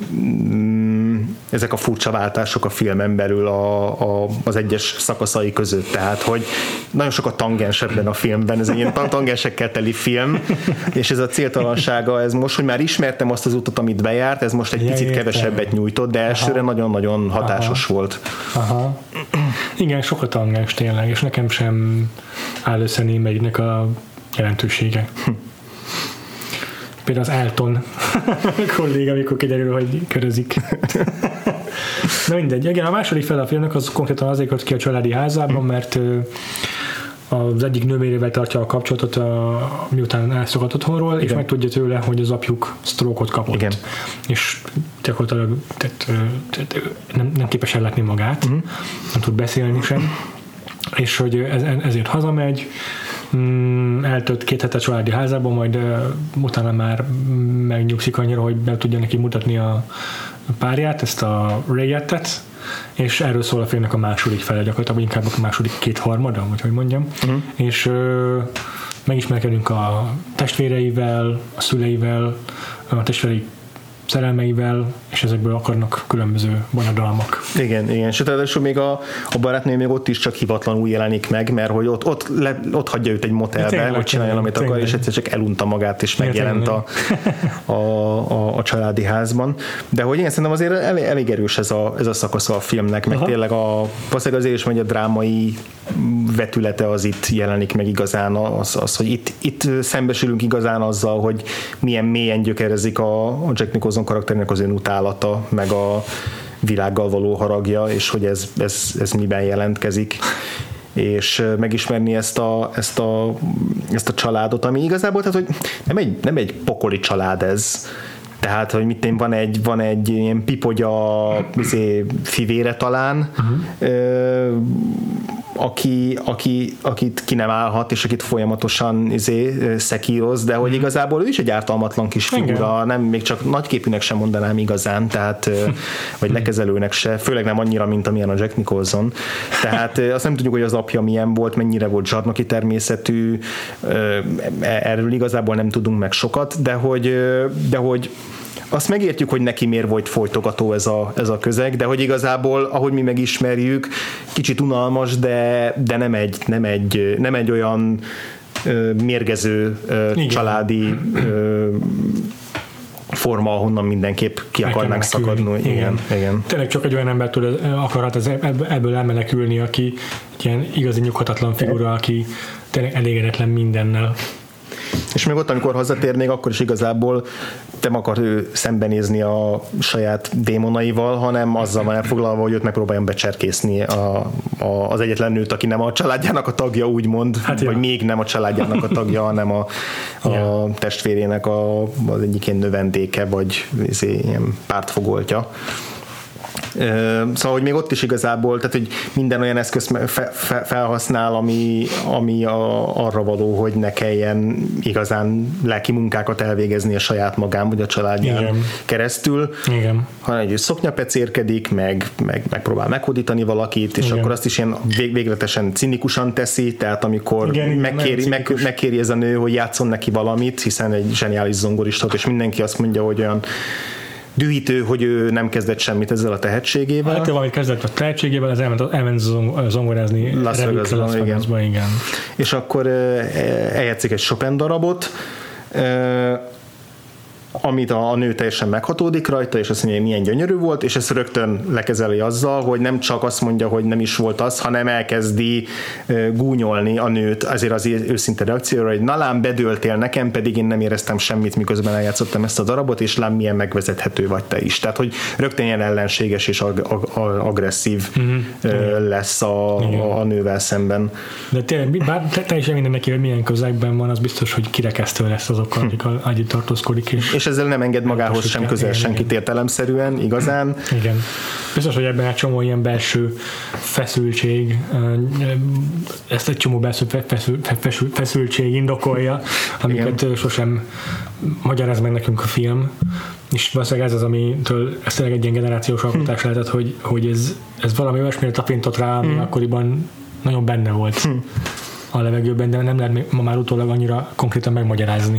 mm, ezek a furcsa váltások a filmen belül a, a, az egyes szakaszai között. Tehát, hogy nagyon sok a tangens ebben a filmben, ez egy ilyen tangensekkel teli film, és ez a céltalansága, ez most, hogy már ismertem azt az utat, amit bejárt, ez most egy ja, picit értem. kevesebbet nyújtott, de elsőre Aha. nagyon-nagyon hatásos Aha. volt. Aha. Igen, sok a tangens tényleg, és nekem sem áll össze némelyiknek a jelentősége. Hm. Például az Elton kolléga, amikor kiderül, hogy körözik. Na mindegy. Igen, a második fel a filmnek az konkrétan azért jött ki a családi házában, mert az egyik nővérével tartja a kapcsolatot, a, miután elszakadt otthonról, igen. és megtudja tőle, hogy az apjuk stroke-ot kapott. Igen. És gyakorlatilag tehát, tehát, nem, nem képes ellátni magát, uh-huh. nem tud beszélni sem, és hogy ez, ezért hazamegy, eltölt két hetet családi házában, majd utána már megnyugszik annyira, hogy be tudja neki mutatni a párját, ezt a Rayettet, és erről szól a filmnek a második fele gyakorlatilag, vagy inkább a második kétharmada, vagy hogy mondjam, uh-huh. és ö, megismerkedünk a testvéreivel, a szüleivel, a testvérei szerelmeivel, és ezekből akarnak különböző bonyodalmak. Igen, igen. Sőt, ráadásul még a, a barátnő még ott is csak hivatlanul jelenik meg, mert hogy ott, ott, le, ott hagyja őt egy motelbe, tényleg, hogy csináljon, amit tényleg. akar, és egyszer csak elunta magát, és megjelent a, a, a, a családi házban. De hogy igen, szerintem azért elég, elég erős ez a, ez a szakasz a filmnek, meg Aha. tényleg a, azért is, hogy a drámai vetülete az itt jelenik meg igazán, az, az hogy itt, itt szembesülünk igazán azzal, hogy milyen mélyen gyökerezik a, a Jack Nicholson karakternek az önutálata, meg a világgal való haragja, és hogy ez, ez, ez miben jelentkezik, és megismerni ezt a, ezt a, ezt a családot, ami igazából, tehát, hogy nem egy, nem egy pokoli család ez, tehát, hogy mit én, van egy, van egy ilyen pipogya izé, fivére talán, uh-huh. aki, aki, akit ki nem állhat, és akit folyamatosan izé, szekíroz, de hogy mm. igazából ő is egy ártalmatlan kis figura, igen. nem, még csak nagyképűnek sem mondanám igazán, tehát, vagy lekezelőnek se, főleg nem annyira, mint amilyen a Jack Nicholson. Tehát azt nem tudjuk, hogy az apja milyen volt, mennyire volt zsarnoki természetű, erről igazából nem tudunk meg sokat, de hogy, de hogy azt megértjük, hogy neki miért volt folytogató ez a, ez a közeg, de hogy igazából, ahogy mi megismerjük, kicsit unalmas, de, de nem, egy, nem, egy, nem egy olyan ö, mérgező ö, családi ö, forma, ahonnan mindenképp ki akarnánk szakadni. Igen, igen. igen. Tényleg csak egy olyan ember tud, akarhat az ebből elmenekülni, aki ilyen igazi nyughatatlan figura, aki tényleg elégedetlen mindennel. És még ott, amikor hazatér, még akkor is igazából nem akar ő szembenézni a saját démonaival, hanem azzal van elfoglalva, hogy őt megpróbáljon becserkészni a, a, az egyetlen nőt, aki nem a családjának a tagja, úgymond, hát vagy ja. még nem a családjának a tagja, hanem a, a ja. testvérének a, az egyik ilyen növendéke, vagy ilyen pártfogoltja. Szóval, hogy még ott is igazából, tehát, hogy minden olyan eszközt fe, fe, felhasznál, ami, ami a, arra való, hogy ne kelljen igazán lelki munkákat elvégezni a saját magán, vagy a családján igen. keresztül, igen. hanem egy szoknyapecérkedik, meg, meg, megpróbál meghódítani valakit, és igen. akkor azt is ilyen vég, végletesen cinikusan teszi, tehát amikor igen, megkéri, meg, megkéri ez a nő, hogy játszon neki valamit, hiszen egy zseniális zongorista, és mindenki azt mondja, hogy olyan dühítő, hogy ő nem kezdett semmit ezzel a tehetségével. Hát ő valamit kezdett a tehetségével, az elment, elment zongorázni Las Vegasban, igen. igen. És akkor eljátszik egy Chopin darabot, amit a, a nő teljesen meghatódik rajta, és azt mondja, hogy milyen gyönyörű volt, és ezt rögtön lekezeli azzal, hogy nem csak azt mondja, hogy nem is volt az, hanem elkezdi uh, gúnyolni a nőt azért az őszinte reakcióra, hogy na lám, bedőltél nekem, pedig én nem éreztem semmit, miközben eljátszottam ezt a darabot, és lám, milyen megvezethető vagy te is. Tehát, hogy rögtön ilyen ellenséges és ag- ag- agresszív mm-hmm. uh, lesz a, a, a nővel szemben. De tényleg, bár teljesen minden neki, hogy milyen közegben van, az biztos, hogy kirekesztő lesz azokkal, hm. akik együtt tartózkodik. És és ezzel nem enged magához sem közel igen, senkit igen. értelemszerűen, igazán. Igen. Biztos, hogy ebben egy csomó ilyen belső feszültség, ezt egy csomó belső feszül, feszül, feszültség indokolja, amiket igen. sosem magyaráz meg nekünk a film. És valószínűleg ez az, amitől ez tényleg egy ilyen generációs alkotás hm. lehetett, hogy, hogy ez, ez valami olyasmire tapintott rá, ami hm. akkoriban nagyon benne volt hm. a levegőben, de nem lehet ma már utólag annyira konkrétan megmagyarázni.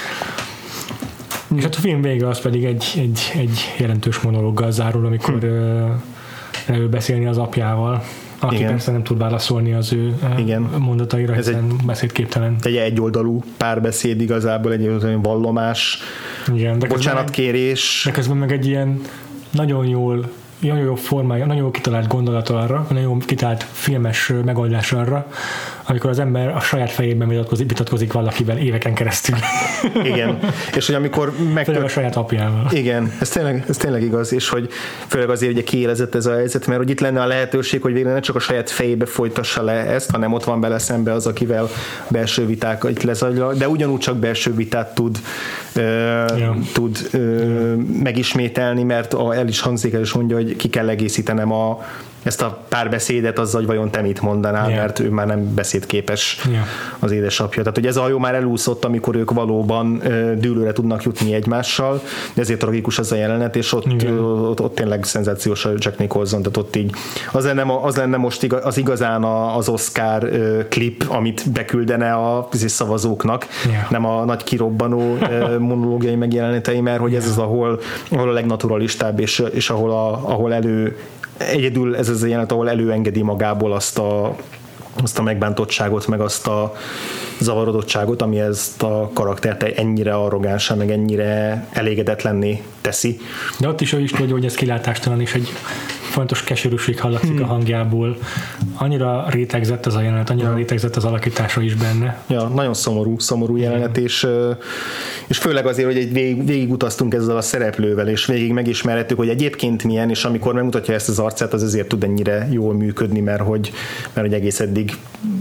És hát a film vége az pedig egy, egy, egy jelentős monológgal zárul, amikor hm. elő beszélni az apjával, aki igen. persze nem tud válaszolni az ő igen. mondataira, ez hiszen egy, beszédképtelen. Egy egyoldalú párbeszéd igazából, egy vallomás, igen, de bocsánatkérés. De közben meg egy ilyen nagyon jól nagyon jó formája, nagyon jó kitalált gondolat arra, nagyon jó kitalált filmes megoldás arra, amikor az ember a saját fejében vitatkozik, vitatkozik valakivel éveken keresztül. Igen. És hogy amikor meg... Főleg a saját apjával. Igen, ez tényleg, ez tényleg igaz, és hogy főleg azért ugye kiélezett ez a helyzet, mert hogy itt lenne a lehetőség, hogy végre ne csak a saját fejébe folytassa le ezt, hanem ott van bele szembe az, akivel belső viták itt lezajlja, de ugyanúgy csak belső vitát tud, uh, ja. tud uh, megismételni, mert el is hangzik, el is mondja, hogy ki kell egészítenem a ezt a párbeszédet azzal, hogy vajon te mit mondanál, yeah. mert ő már nem beszédképes yeah. az édesapja. Tehát, hogy ez a hajó már elúszott, amikor ők valóban dűlőre tudnak jutni egymással, de ezért tragikus az a jelenet, és ott, yeah. ott, ott tényleg szenzációs a Jack Nicholson, tehát ott így az lenne, az lenne most igaz, az igazán az Oscar klip, amit beküldene a szavazóknak, yeah. nem a nagy kirobbanó monológiai megjelenetei, mert hogy ez yeah. az, ahol, ahol a legnaturalistább, és, és ahol, a, ahol elő egyedül ez az a jelenet, ahol előengedi magából azt a, azt a megbántottságot, meg azt a zavarodottságot, ami ezt a karaktert ennyire arrogánsan, meg ennyire elégedetlenné teszi. De ott is ő is tudja, hogy ez kilátástalan, és egy fontos keserűség hallatszik hmm. a hangjából. Annyira rétegzett az a jelenet, annyira ja. rétegzett az alakítása is benne. Ja, nagyon szomorú, szomorú jelenet, és, és főleg azért, hogy egy végig, végig utaztunk ezzel a szereplővel, és végig megismerhettük, hogy egyébként milyen, és amikor megmutatja ezt az arcát, az azért tud ennyire jól működni, mert hogy, mert hogy egész eddig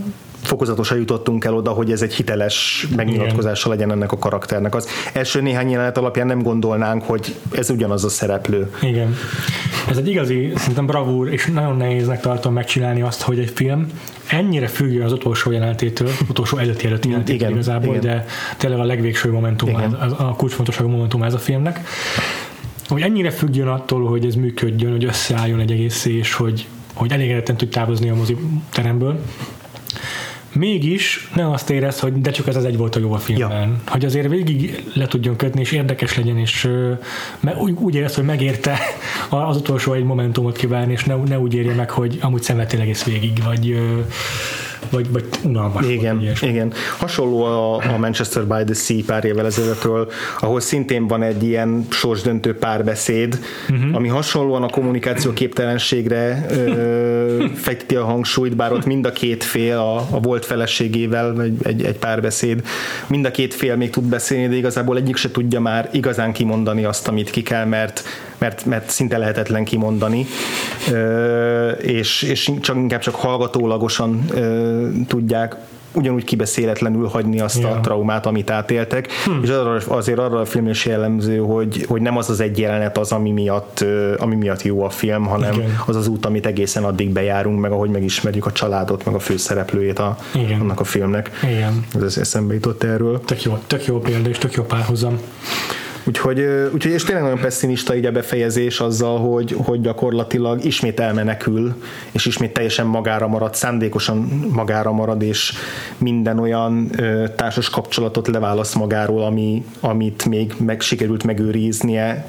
fokozatosan jutottunk el oda, hogy ez egy hiteles megnyilatkozása legyen ennek a karakternek. Az első néhány jelenet alapján nem gondolnánk, hogy ez ugyanaz a szereplő. Igen. Ez egy igazi, szerintem bravúr, és nagyon nehéznek tartom megcsinálni azt, hogy egy film ennyire függjön az utolsó jelenetétől, utolsó előtti előtti jelenetétől igazából, igen. De tényleg a legvégső momentum, az, a kulcsfontosságú momentum ez a filmnek, hogy ennyire függjön attól, hogy ez működjön, hogy összeálljon egy egész, és hogy, hogy elégedetten tud távozni a moziteremből. Mégis nem azt érez, hogy de csak ez az egy volt a jó a filmben. Ja. Hogy azért végig le tudjon kötni, és érdekes legyen, és uh, úgy, úgy érez, hogy megérte az utolsó egy momentumot kívánni, és ne, ne úgy érje meg, hogy amúgy szenvedtél egész végig, vagy uh, vagy, vagy unalmas. Igen, vagy igen. Hasonló a, a Manchester by the Sea pár évvel ezelőttről, ahol szintén van egy ilyen sorsdöntő párbeszéd, uh-huh. ami hasonlóan a kommunikáció képtelenségre ö, fekteti a hangsúlyt, bár ott mind a két fél, a, a volt feleségével egy, egy, egy párbeszéd, mind a két fél még tud beszélni, de igazából egyik se tudja már igazán kimondani azt, amit ki kell, mert Mert, mert szinte lehetetlen kimondani, ö, és, és csak, inkább csak hallgatólagosan ö, tudják ugyanúgy kibeszéletlenül hagyni azt yeah. a traumát, amit átéltek, hmm. és azért arra a film is jellemző, hogy, hogy nem az az egy jelenet az, ami miatt, ami miatt jó a film, hanem igen. az az út, amit egészen addig bejárunk, meg ahogy megismerjük a családot, meg a főszereplőjét a, annak a filmnek. Igen. Ez eszembe jutott erről. Tök jó, tök jó példa, és tök jó párhuzam. Úgyhogy, úgyhogy és tényleg nagyon pessimista így a befejezés azzal, hogy, hogy gyakorlatilag ismét elmenekül, és ismét teljesen magára marad, szándékosan magára marad, és minden olyan ö, társas kapcsolatot leválaszt magáról, ami, amit még meg sikerült megőriznie.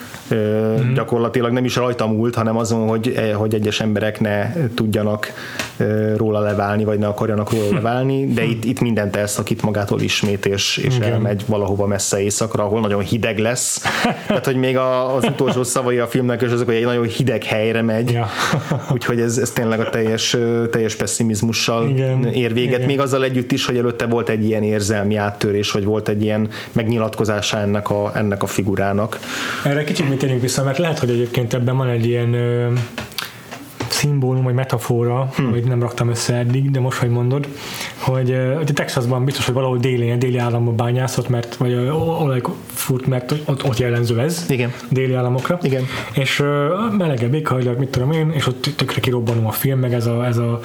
Ö, mm. gyakorlatilag nem is rajta múlt, hanem azon, hogy, hogy egyes emberek ne tudjanak ö, róla leválni, vagy ne akarjanak róla leválni, de itt, itt mindent elszakít magától ismét, és, és elmegy valahova messze éjszakra, ahol nagyon hideg lesz. Tehát, hogy még a, az utolsó szavai a filmnek, és azok, hogy egy nagyon hideg helyre megy. Ja. Úgyhogy ez, ez tényleg a teljes, teljes pessimizmussal igen. ér véget. Igen. Még azzal együtt is, hogy előtte volt egy ilyen érzelmi áttörés, vagy volt egy ilyen megnyilatkozása ennek a, ennek a figurának. Erre kicsit térjünk vissza, mert lehet, hogy egyébként ebben van egy ilyen ö, szimbólum, vagy metafora, hmm. amit nem raktam össze eddig, de most, hogy mondod, hogy ö, Texasban biztos, hogy valahol déli, déli államban bányászott, mert, vagy ö, olajfut, mert ott, ott jellemző ez. Igen. Déli államokra. Igen. És ö, melegebb éghajlat, mit tudom én, és ott tökre kirobbanom a film, meg ez a, ez a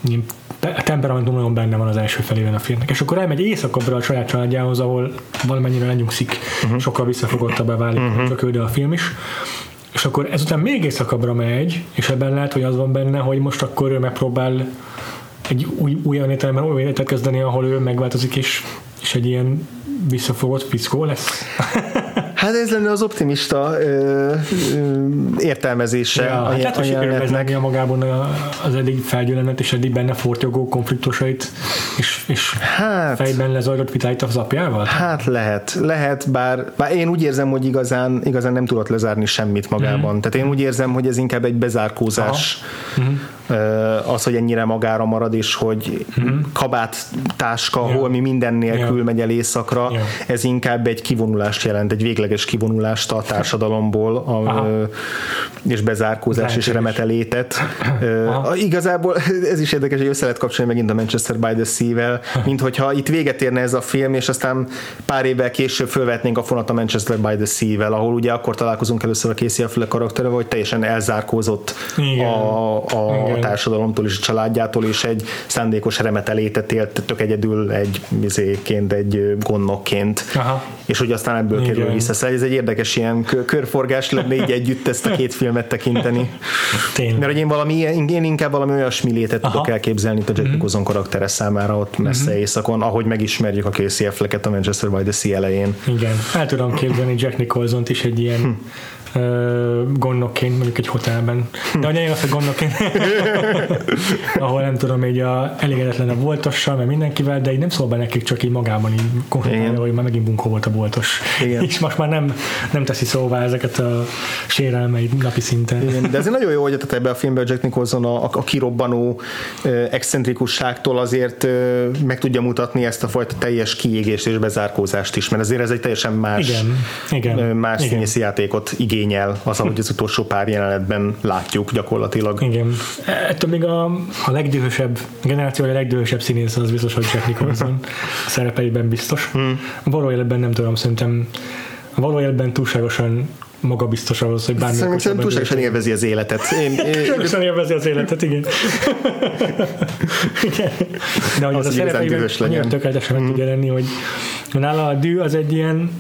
a temperamentum nagyon benne van az első felében a filmnek. És akkor elmegy éjszakabbra a saját családjához, ahol valamennyire lenyugszik, uh-huh. sokkal visszafogottabbá válik, uh-huh. csak ő, de a film is. És akkor ezután még éjszakabbra megy, és ebben lehet, hogy az van benne, hogy most akkor ő megpróbál egy új, olyan értelemben olyan életet kezdeni, ahol ő megváltozik, és, és egy ilyen visszafogott fickó lesz. Hát ez lenne az optimista ö, ö, értelmezése ja, a, hát lehet, a jelenetnek. A magában az eddig felgyűlölet és eddig benne fortyogó konfliktusait és, és hát, fejben lezajlott vitáit az apjával? Hát lehet, lehet, bár, bár én úgy érzem, hogy igazán, igazán nem tudott lezárni semmit magában. Mm. Tehát én úgy érzem, hogy ez inkább egy bezárkózás. Mm. Az, hogy ennyire magára marad, és hogy mm. kabát, táska, yeah. holmi minden nélkül yeah. megy el éjszakra, yeah. ez inkább egy kivonulást jelent, egy végleges kivonulást a társadalomból, a, és bezárkózás Lehet, és remetelétet. Aha. Igazából ez is érdekes, hogy össze lehet kapcsolni megint a Manchester by the Sea-vel, mint hogyha itt véget érne ez a film, és aztán pár évvel később fölvetnénk a fonat a Manchester by the Sea-vel, ahol ugye akkor találkozunk először a Casey Affleck karakterevel, hogy teljesen elzárkózott igen. a, a igen. társadalomtól és a családjától, és egy szándékos remetelétet élt tök egyedül egy vizéként, egy gondnokként. Aha. És hogy aztán ebből igen. kerül vissza. Szóval ez egy érdekes ilyen körforgás lenne így együtt ezt a két filmet tekinteni. Tényleg. Mert hogy én, valami, én inkább valami olyasmi létet Aha. tudok elképzelni, mint a Jack Nicholson mm-hmm. karaktere számára ott messze mm-hmm. éjszakon, ahogy megismerjük a Casey Afflecket a Manchester by the Sea elején. Igen. El tudom képzelni Jack Nicholsont is egy ilyen hm. Uh, gondnokként, mondjuk egy hotelben. De hogy én azt, hogy gondnokként ahol nem tudom, így a elégedetlen a boltossal, mert mindenkivel, de így nem szól be nekik, csak így magában így konkrétan, hogy már megint bunkó volt a boltos. Igen. És most már nem, nem teszi szóvá ezeket a sérelmeit napi szinten. Igen. De ez nagyon jó, hogy ebbe a filmben Jack Nicholson a, a kirobbanó uh, excentrikusságtól azért uh, meg tudja mutatni ezt a fajta teljes kiégést és bezárkózást is, mert azért ez egy teljesen más, igen. Igen. Uh, más színészi játékot ígér fényel az, ahogy az utolsó pár jelenetben látjuk gyakorlatilag. Igen. Ettől még a, a legdühösebb generáció, a legdühösebb színész az biztos, hogy Jack Nicholson szerepeiben biztos. Hmm. A való életben nem tudom, szerintem a való életben túlságosan magabiztos ahhoz, hogy bármilyen Szerintem túlságosan élvezi az életet. Én, én... túlságosan élvezi az életet, igen. igen. De hogy az, az a szerepeiben annyira tökéletesen meg tudja lenni, hogy nála a dű az egy ilyen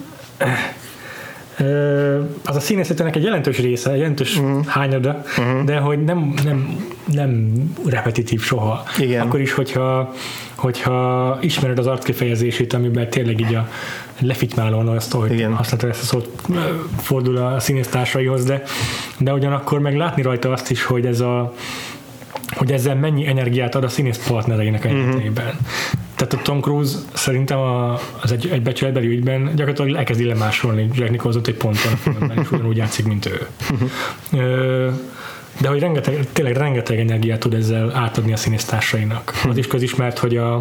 az a színészetőnek egy jelentős része, egy jelentős uh-huh. hányada, uh-huh. de hogy nem, nem, nem repetitív soha. Igen. Akkor is, hogyha, hogyha ismered az arckifejezését, amiben tényleg így a lefitmálóan azt, hogy használta ezt a szót, fordul a színésztársaihoz, de, de ugyanakkor meg látni rajta azt is, hogy ez a hogy ezzel mennyi energiát ad a színész partnereinek esetében. Uh-huh. Tehát a Tom Cruise szerintem a, az egy, egy becsületbeli ügyben gyakorlatilag elkezdi lemásolni Jack Nicholsont egy ponton a filmben, és ugyanúgy játszik, mint ő. Uh-huh. De hogy rengeteg, tényleg rengeteg energiát tud ezzel átadni a színésztársainak. Az is közismert, hogy a,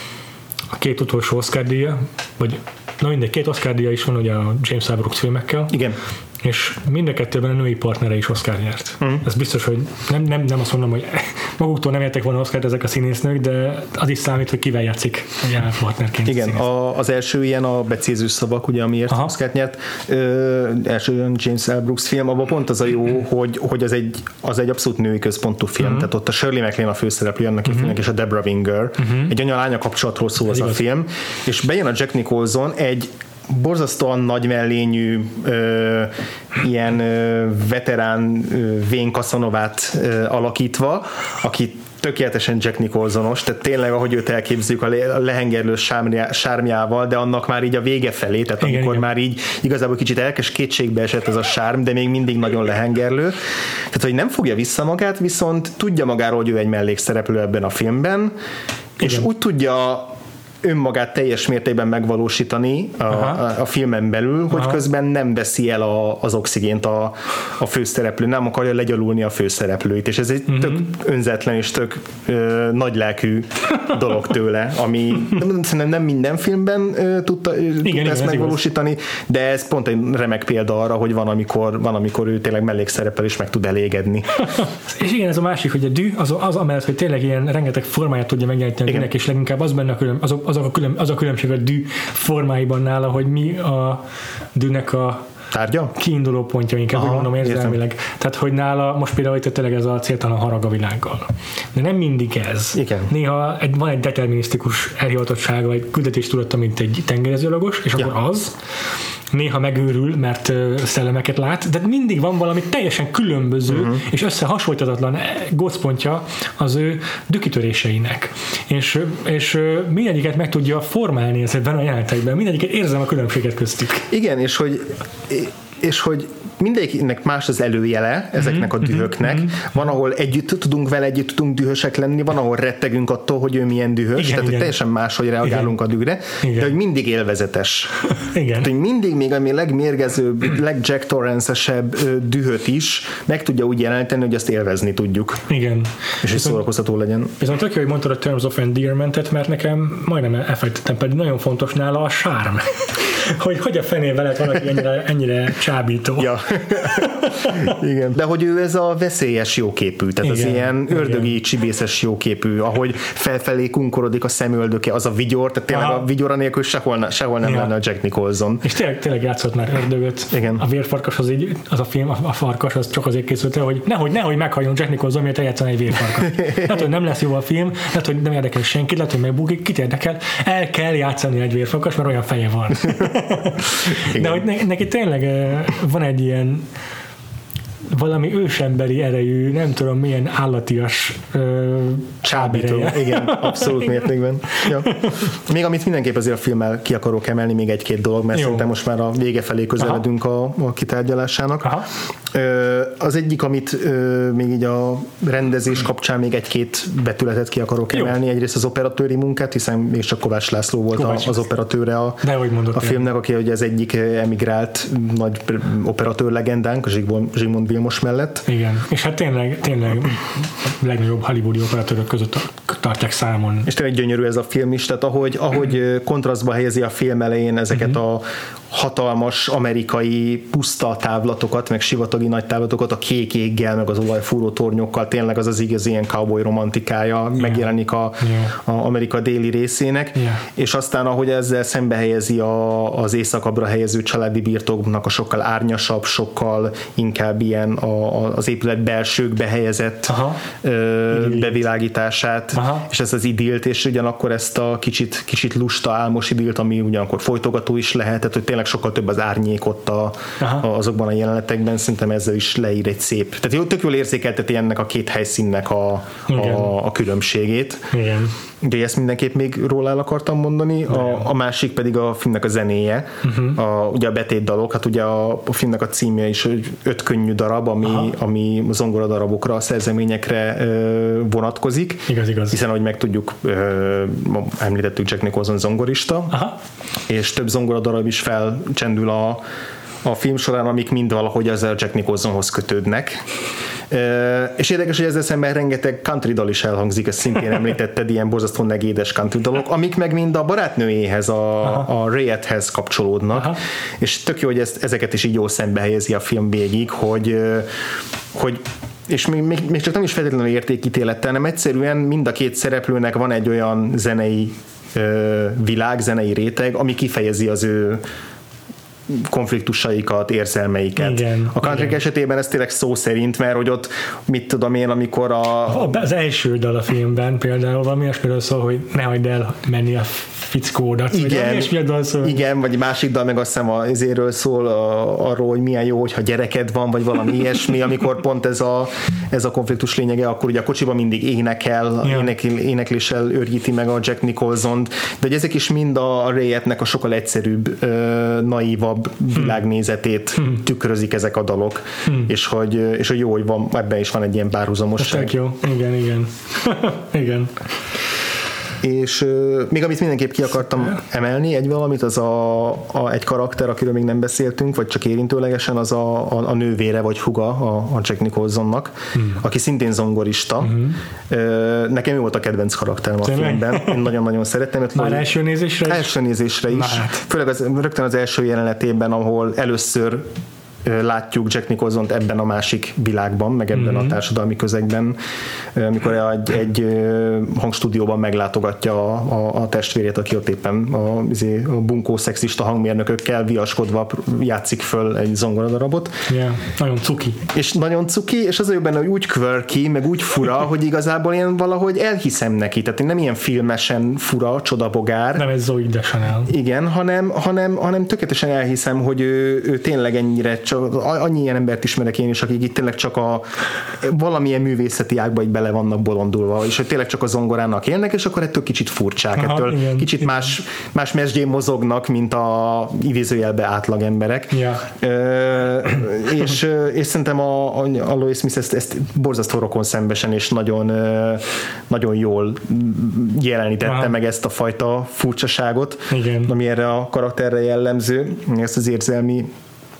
a két utolsó Oscar-díja, vagy na mindegy, két Oscar-díja is van ugye a James L. Brooks filmekkel. Igen. És mind a kettőben a női partnere is Oscar nyert. Mm. Ez biztos, hogy nem, nem, nem azt mondom, hogy maguktól nem értek volna Oscar ezek a színésznők, de az is számít, hogy kivel játszik a partnerként. Igen, a, az első ilyen a becézős szavak, ugye, amiért Aha. Oscar nyert, ö, első James L. Brooks film, abban pont az a jó, hogy, hogy az, egy, az egy abszolút női központú film, mm. tehát ott a Shirley MacLaine a főszereplő annak mm. a filmnek, és a Debra Winger, mm. egy anya-lánya kapcsolatról szól az, az a film, és bejön a Jack Nicholson egy borzasztóan nagy mellényű ö, ilyen ö, veterán ö, Wayne Casanovát ö, alakítva, aki tökéletesen Jack Nicholsonos, tehát tényleg, ahogy őt elképzeljük a, le, a lehengerlős sármjával, de annak már így a vége felé, tehát igen, amikor igen. már így igazából kicsit elkes kétségbe esett ez a sárm, de még mindig nagyon lehengerlő. Tehát, hogy nem fogja vissza magát, viszont tudja magáról, hogy ő egy mellékszereplő ebben a filmben, igen. és úgy tudja önmagát teljes mértékben megvalósítani a, a, a filmen belül, hogy Aha. közben nem veszi el a, az oxigént a, a főszereplő, nem akarja legyalulni a főszereplőit, és ez egy uh-huh. tök önzetlen és tök ö, nagylelkű dolog tőle, ami szerintem nem minden filmben ö, tudta, ö, igen, tudta ezt megvalósítani, igaz. De ez pont egy remek példa arra, hogy van, amikor, van, amikor ő tényleg mellékszereplő és meg tud elégedni. És igen, ez a másik, hogy a dű, az, az amellett, hogy tényleg ilyen rengeteg formáját tudja megjeleníteni a dűnek, és leginkább az benne a külön, azok Az a, külön, az a különbség a dű formáiban nála, hogy mi a dűnek a tárgya? Kiinduló pontja, inkább úgy mondom érzelmileg. Tehát, hogy nála most például itt tényleg ez a céltalan harag a világgal. De nem mindig ez. Igen. Néha egy, van egy determinisztikus elhivatottsága, vagy küldetéstudata, mint egy tengerezőlagos, és ja. akkor az néha megőrül, mert szellemeket lát, de mindig van valami teljesen különböző uh-huh. és összehasonlíthatatlan gócpontja az ő dükitöréseinek. És, és mindegyiket meg tudja formálni ezekben a jelenetekben, mindegyiket érzem a különbséget köztük. Igen, és hogy és hogy mindegyiknek más az előjele ezeknek a dühöknek. Mm-hmm. Van, ahol együtt tudunk vele, együtt tudunk dühösek lenni, van, ahol rettegünk attól, hogy ő milyen dühös, igen, tehát igen. teljesen máshogy reagálunk igen. a dühre, igen. de hogy mindig élvezetes. Igen. Tehát, hogy mindig még ami legmérgezőbb, legJack Torrance-esebb dühöt is meg tudja úgy jelenteni, hogy azt élvezni tudjuk. Igen. És hogy szórakoztató legyen. Viszont tök jó, hogy mondtad a Terms of Endearment-et, mert nekem majdnem elfelejtettem, pedig nagyon fontos nála a sárm. hogy hogy a fenével lett valaki ennyire, ennyire csábító. Ja. Igen. De hogy ő ez a veszélyes jóképű, tehát igen, az ilyen ördögi igen. csibészes jóképű, ahogy felfelé kunkorodik a szemöldöke, az a vigyor, tehát tényleg Aha. a vigyor anélkül sehol, sehol nem ja. lenne a Jack Nicholson. És tényleg, tényleg játszott már ördögöt. Igen. A vérfarkas az így, az a film, a farkas az csak azért készült el, hogy nehogy, nehogy meghalljon Jack Nicholson, miért eljátszani egy vérfarkas. Lehet, hogy nem lesz jó a film, lehet, hogy nem érdekel senkit, lehet, hogy megbukik, kit érdekel, el kell játszani egy vérfarkas, mert olyan feje van. De hogy ne, neki tényleg van egy ilyen valami ősemberi erejű, nem tudom milyen állatias ö, csábító. Igen, abszolút mértékben. Ja. Még amit mindenképp azért a filmmel ki akarok emelni, még egy-két dolog, mert Jó. szerintem most már a vége felé közeledünk a, a kitárgyalásának. Aha. Ö, az egyik, amit ö, még így a rendezés kapcsán még egy-két betületet ki akarok Jó. emelni. Egyrészt az operatőri munkát, hiszen még csak Kovács László volt Kovács az operatőre a, a filmnek, aki ugye az egyik emigrált nagy operatőr legendánk, Zsigmond Vilmos mellett. Igen, és hát tényleg, tényleg a legnagyobb hollywoodi operatőrök között tartják számon. És tényleg gyönyörű ez a film is, tehát ahogy, ahogy kontrasztba helyezi a film elején ezeket uh-huh. a hatalmas amerikai puszta távlatokat, meg sivatagi nagy távlatokat a kék éggel, meg az olajfúró tornyokkal, tényleg az az igaz ilyen cowboy romantikája yeah. megjelenik a, yeah. a Amerika déli részének, yeah. és aztán ahogy ezzel szembe helyezi a, az északabbra helyező családi birtoknak a sokkal árnyasabb, sokkal inkább ilyen a, a, az épület belsőkbe helyezett Aha. ö, bevilágítását, Aha. és ezt az idilt, és ugyanakkor ezt a kicsit, kicsit lusta, álmos idilt, ami ugyanakkor folytogató is lehet, tehát hogy tényleg sokkal több az árnyék ott a, a, azokban a jelenetekben, szerintem ezzel is leír egy szép. Tehát jó, tök jól érzékelteti ennek a két helyszínnek a, a, a különbségét. Igen. De ezt mindenképp még róla el akartam mondani. A, a másik pedig a filmnek a zenéje. Uh-huh. A, ugye a betétdalok, hát ugye a, a filmnek a címje is öt könnyű darab, ami, ami zongora darabokra, a szerzeményekre ö, vonatkozik. Igaz, igaz. Hiszen, ahogy megtudjuk, ö, említettük, Jack Nicholson zongorista, Aha. és több zongora darab is felcsendül a, a film során, amik mind valahogy az a Jack Nicholsonhoz kötődnek. Uh, és érdekes, hogy ezzel szemben rengeteg country dal is elhangzik, ezt szintén említetted, ilyen borzasztó negédes country dalok, amik meg mind a barátnőjéhez, a, a Rayethez kapcsolódnak, Aha. és tök jó, hogy ezt, ezeket is így jól szembe helyezi a film végig, hogy, hogy és még, még, még csak nem is feltétlenül értékítélettel, hanem egyszerűen mind a két szereplőnek van egy olyan zenei uh, világ, zenei réteg, ami kifejezi az ő konfliktusaikat, érzelmeiket. Igen, a country esetében ez tényleg szó szerint, mert hogy ott mit tudom én, amikor a... Az első dal a filmben például valami olyasmiről szól, hogy ne hagyd el menni a fickódat. Igen, vagy igen, vagy másik dal meg azt hiszem azért szól a, arról, hogy milyen jó, hogyha gyereked van, vagy valami ilyesmi, amikor pont ez a, ez a konfliktus lényege, akkor ugye a kocsiban mindig énekel, ja. ének, énekléssel őrjíti meg a Jack Nicholsont, de hogy ezek is mind a Rayetnek a sokkal egyszerűbb, naívabb világnézetét hmm. tükrözik ezek a dalok, hmm. és, hogy, és hogy jó, hogy van, ebben is van egy ilyen párhuzamosság. Ez jó, igen, igen. igen. És uh, még amit mindenképp ki akartam emelni, egy valamit, az a, a, egy karakter, akiről még nem beszéltünk, vagy csak érintőlegesen, az a, a, a nővére, vagy huga a, a Jack Nicholsonnak, hmm. aki szintén zongorista. Hmm. Uh, nekem ő volt a kedvenc karakterem a filmben. Én nagyon-nagyon szerettem. Már első nézésre is? Első nézésre is. Hát. Főleg az, rögtön az első jelenetében, ahol először látjuk Jack Nicholsont ebben a másik világban, meg ebben mm-hmm. a társadalmi közegben, amikor egy, egy hangstúdióban meglátogatja a, a, a testvérét, aki ott éppen a, a bunkó szexista hangmérnökökkel viaskodva játszik föl egy zongoradarabot. Yeah. Nagyon cuki. És nagyon cuki, és az a jó benne, hogy úgy quirky, meg úgy fura, hogy igazából én valahogy elhiszem neki, tehát én nem ilyen filmesen fura, csodabogár. Nem ez Zoe Deschanel. Igen, hanem, hanem, hanem tökéletesen elhiszem, hogy ő, ő tényleg ennyire csak, annyi ilyen embert ismerek én is, akik itt tényleg csak a valamilyen művészeti ágba így bele vannak bolondulva, és hogy tényleg csak a zongorának élnek, és akkor ettől kicsit furcsák, Aha, ettől igen, kicsit igen. más, más mesdjén mozognak, mint a idézőjelbe átlag emberek. Ja. Ö, és, és szerintem a, a Lois Smith ezt, ezt borzasztó rokon szembesen, és nagyon, nagyon jól jelenítette Aha. meg ezt a fajta furcsaságot, igen. ami erre a karakterre jellemző, ezt az érzelmi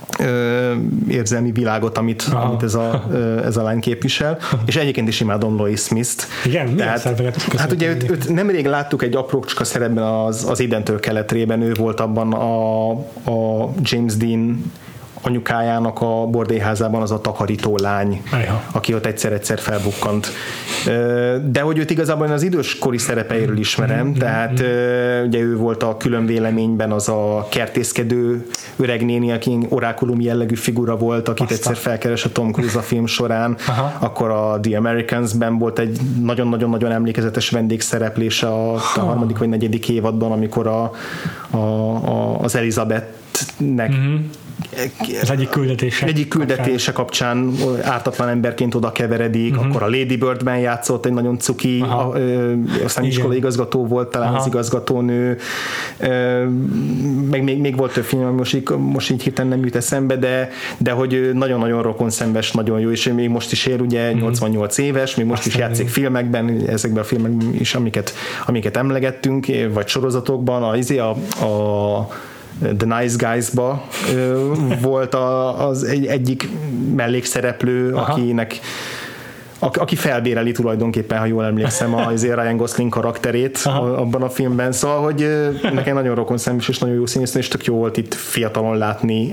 érzelmi világot, amit, amit ez, a, ez a lány képvisel, és egyébként is imádom Lois Smith-t. Igen, tehát, hát ugye őt, őt nemrég láttuk egy aprócska szerepben az, az Édentől keletrében, ő volt abban a, a James Dean anyukájának a bordélyházában az a takarító lány, Ajha. aki ott egyszer-egyszer felbukkant. De hogy őt igazából az időskori szerepeiről ismerem, mm-hmm. tehát ugye ő volt a Külön véleményben az a kertészkedő öregnéni, aki orákulum jellegű figura volt, akit Aztán. egyszer felkeres a Tom Cruise a film során. Aha. Akkor a The Americans-ben volt egy nagyon-nagyon-nagyon emlékezetes vendégszereplése a, a harmadik vagy negyedik évadban, amikor a, a, a, az Elizabethnek mm-hmm. az egyik küldetése. Egyik küldetése kapcsán ártatlan emberként oda keveredik, uh-huh. akkor a Lady Birdben játszott egy nagyon cuki, a, ö, aztán iskolai igazgató volt, talán Aha. az igazgatónő, ö, meg még, még volt több film, most így, most így hirtelen nem jut eszembe, de, de hogy nagyon-nagyon rokon szembes, nagyon jó, és még most is ér, ugye uh-huh. nyolcvannyolc éves, még most Aztán is játszik én. filmekben, ezekben a filmekben is, amiket, amiket emlegettünk, vagy sorozatokban, a, a, a The Nice Guys-ba volt a, az egy, egyik mellékszereplő, Aha. akinek aki felbéreli tulajdonképpen, ha jól emlékszem, azért Ryan Gosling karakterét Aha. abban a filmben. Szóval, hogy nekem nagyon rokon szemes és nagyon jó színésznő, és tök jó volt itt fiatalon látni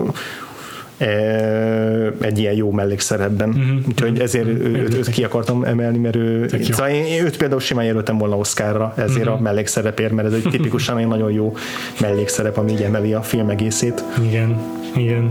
egy ilyen jó mellékszerepben. Mm-hmm. Úgyhogy ezért mm-hmm. őt, őt ki akartam emelni, mert ő, szóval én őt például simán jelöltem volna Oscarra ezért mm-hmm. a mellékszerepért, mert ez egy tipikusan egy nagyon jó mellékszerep, ami így emeli a film egészét. Igen, igen.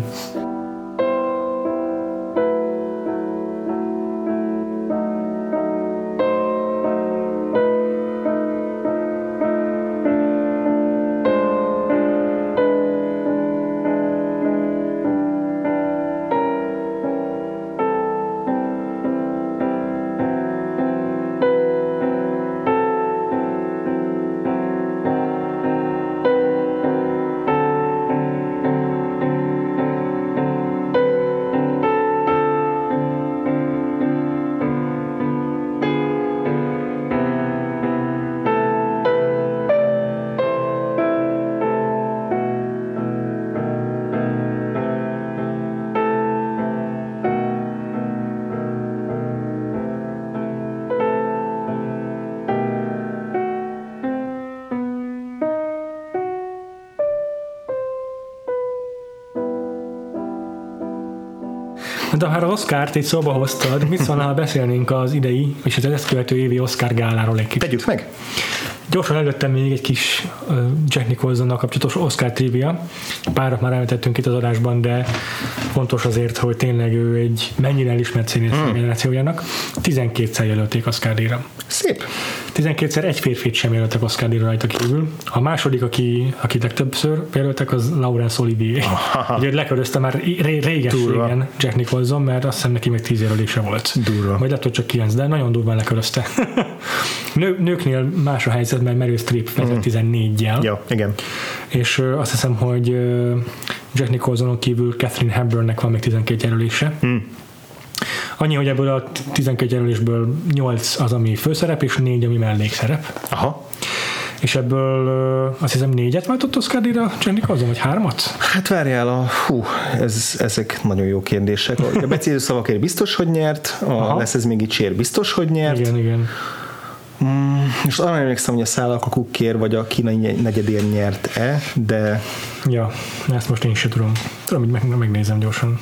De ha az Oscart egy szóba hoztad, mit szólna, ha beszélnénk az idei, és az ezt követő évi Oscar gáláról egy kicsit? Tegyük meg! Gyorsan előttem még egy kis uh, Jack Nicholsonnal kapcsolatos Oscar trivia. Párat már említettünk itt az adásban, de fontos azért, hogy tényleg ő egy mennyire elismert színész mm. generációjának. tizenkétszer jelölték Oscar-díjra. Szép! tizenkétszer egy férfit sem jelöltek Oscar-díjra rajta kívül. A második, aki, aki legtöbbször jelöltek, az Laurence Olivier. Ugye lekörözte már réges-régen Jack Nicholson, mert azt hiszem neki még tíz jelölése volt. Durva. Vagy lett, hogy csak kilenc, de nagyon durván lekörözte. Nő, nőknél más a helyzet, mert Meryl Streep vezet tizennégyjel. Ja, igen. És uh, azt hiszem, hogy uh, Jack Nicholsonon kívül Katharine Hepburnnek van még tizenkét jelölése. Mm. Annyi, hogy ebből a tizenkét jelölésből nyolc az, ami főszerep, és négy, ami mellékszerep. Aha. És ebből uh, azt hiszem négyet váltott Oscar-díjra Jack Nicholson, vagy háromat? Hát várjál, a, hú, ez, ezek nagyon jó kérdések. A becéző szavakért biztos, hogy nyert, a Lesz ez még így sér biztos, hogy nyert. Igen, igen. Mm, most arra emlékszem, hogy a Szállak a kukkér vagy a kínai negyedér nyert-e, de... Ja, ezt most én sem tudom. Tudom, hogy meg, megnézem gyorsan.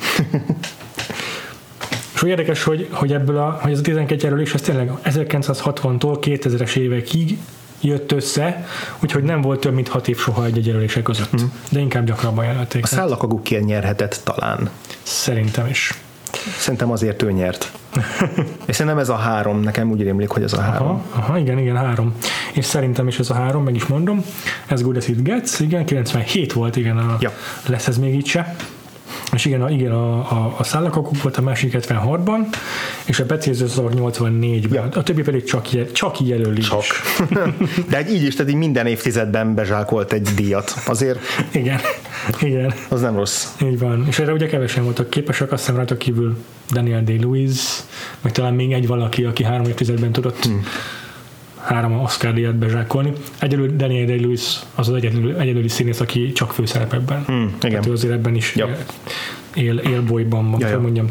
És úgy érdekes, hogy, hogy ebből a, hogy ez a tizenkét jelölés, ez tényleg ezerkilencszázhatvantól kétezres évekig jött össze, úgyhogy nem volt több, mint hat év soha egy jelölések között. Mm. De inkább gyakrabban jelölték. A Szállak a kukkér nyerhetett talán. Szerintem is. Szerintem azért ő nyert. És szerintem ez a három, nekem úgy rémlik, hogy ez a három. Aha, aha, igen, igen, három. És szerintem is ez a három, meg is mondom. Ez Good As It Gets, igen, kilencvenhét volt, igen, a ja. Lesz ez még így se. És igen, a, igen, a, a, a Szállakakuk volt a másik hetvenhatban, és a becéző szavak nyolcvannégyben. Ja. A többi pedig csak, jel, csak jelölés. Csak. De így is, tehát így minden évtizedben bezsákolt egy díjat. Azért igen, igen. Az nem rossz. Így van. És erre ugye kevesen voltak képesek, azt hiszem rajta kívül Daniel Day-Lewis, meg talán még egy valaki, aki három évtizedben tudott hmm. három Oscar-díjat bezsákolni. Egyelőre Daniel Day-Lewis az az egyedül, egyedüli színész, aki csak főszerepekben. Hmm, igen. Azért ebben is ja. él, élbolyban, ja, ja. mondjam,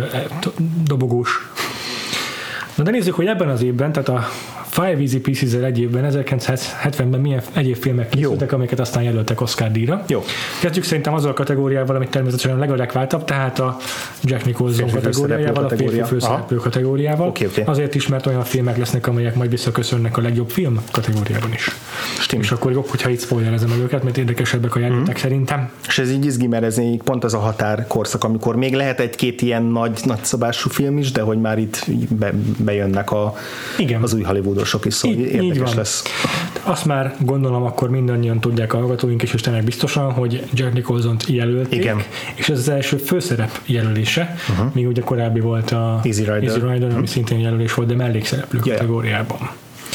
dobogós. Na de nézzük, hogy ebben az évben, tehát a Five Easy Pieces-el egy évben, ezerkilencszázhetvenben milyen egyéb filmek készültek, amiket aztán jelöltek Oscar-díjra. Jó. Kezdjük szerintem azzal a kategóriával, amit természetesen a legadekváltabb, tehát a Jack Nicholson kategóriával, a férfi főszereplő kategóriával. Okay, okay. Azért is, mert olyan filmek lesznek, amelyek majd visszaköszönnek a legjobb film kategóriában is. Stim. És akkor jobb, hogyha itt spoilerezem el őket, mert érdekesebbek a jelöltek mm-hmm. szerintem. És ez így izgi, mert ez pont az a határkorszak, amikor még lehet egy-két ilyen nagy, nagyszabású film is, de hogy már itt be, bejönnek a, az új Hollywoodosok is, szóval így, érdekes így lesz. Azt már gondolom, akkor mindannyian tudják a hallgatóink is, és tényleg biztosan, hogy Jack Nicholsont jelölték, igen. és ez az első főszerep jelölése, uh-huh. míg ugye korábbi volt a Easy Rider, Easy Rider ami uh-huh. szintén jelölés volt, de mellékszereplő yeah. kategóriában.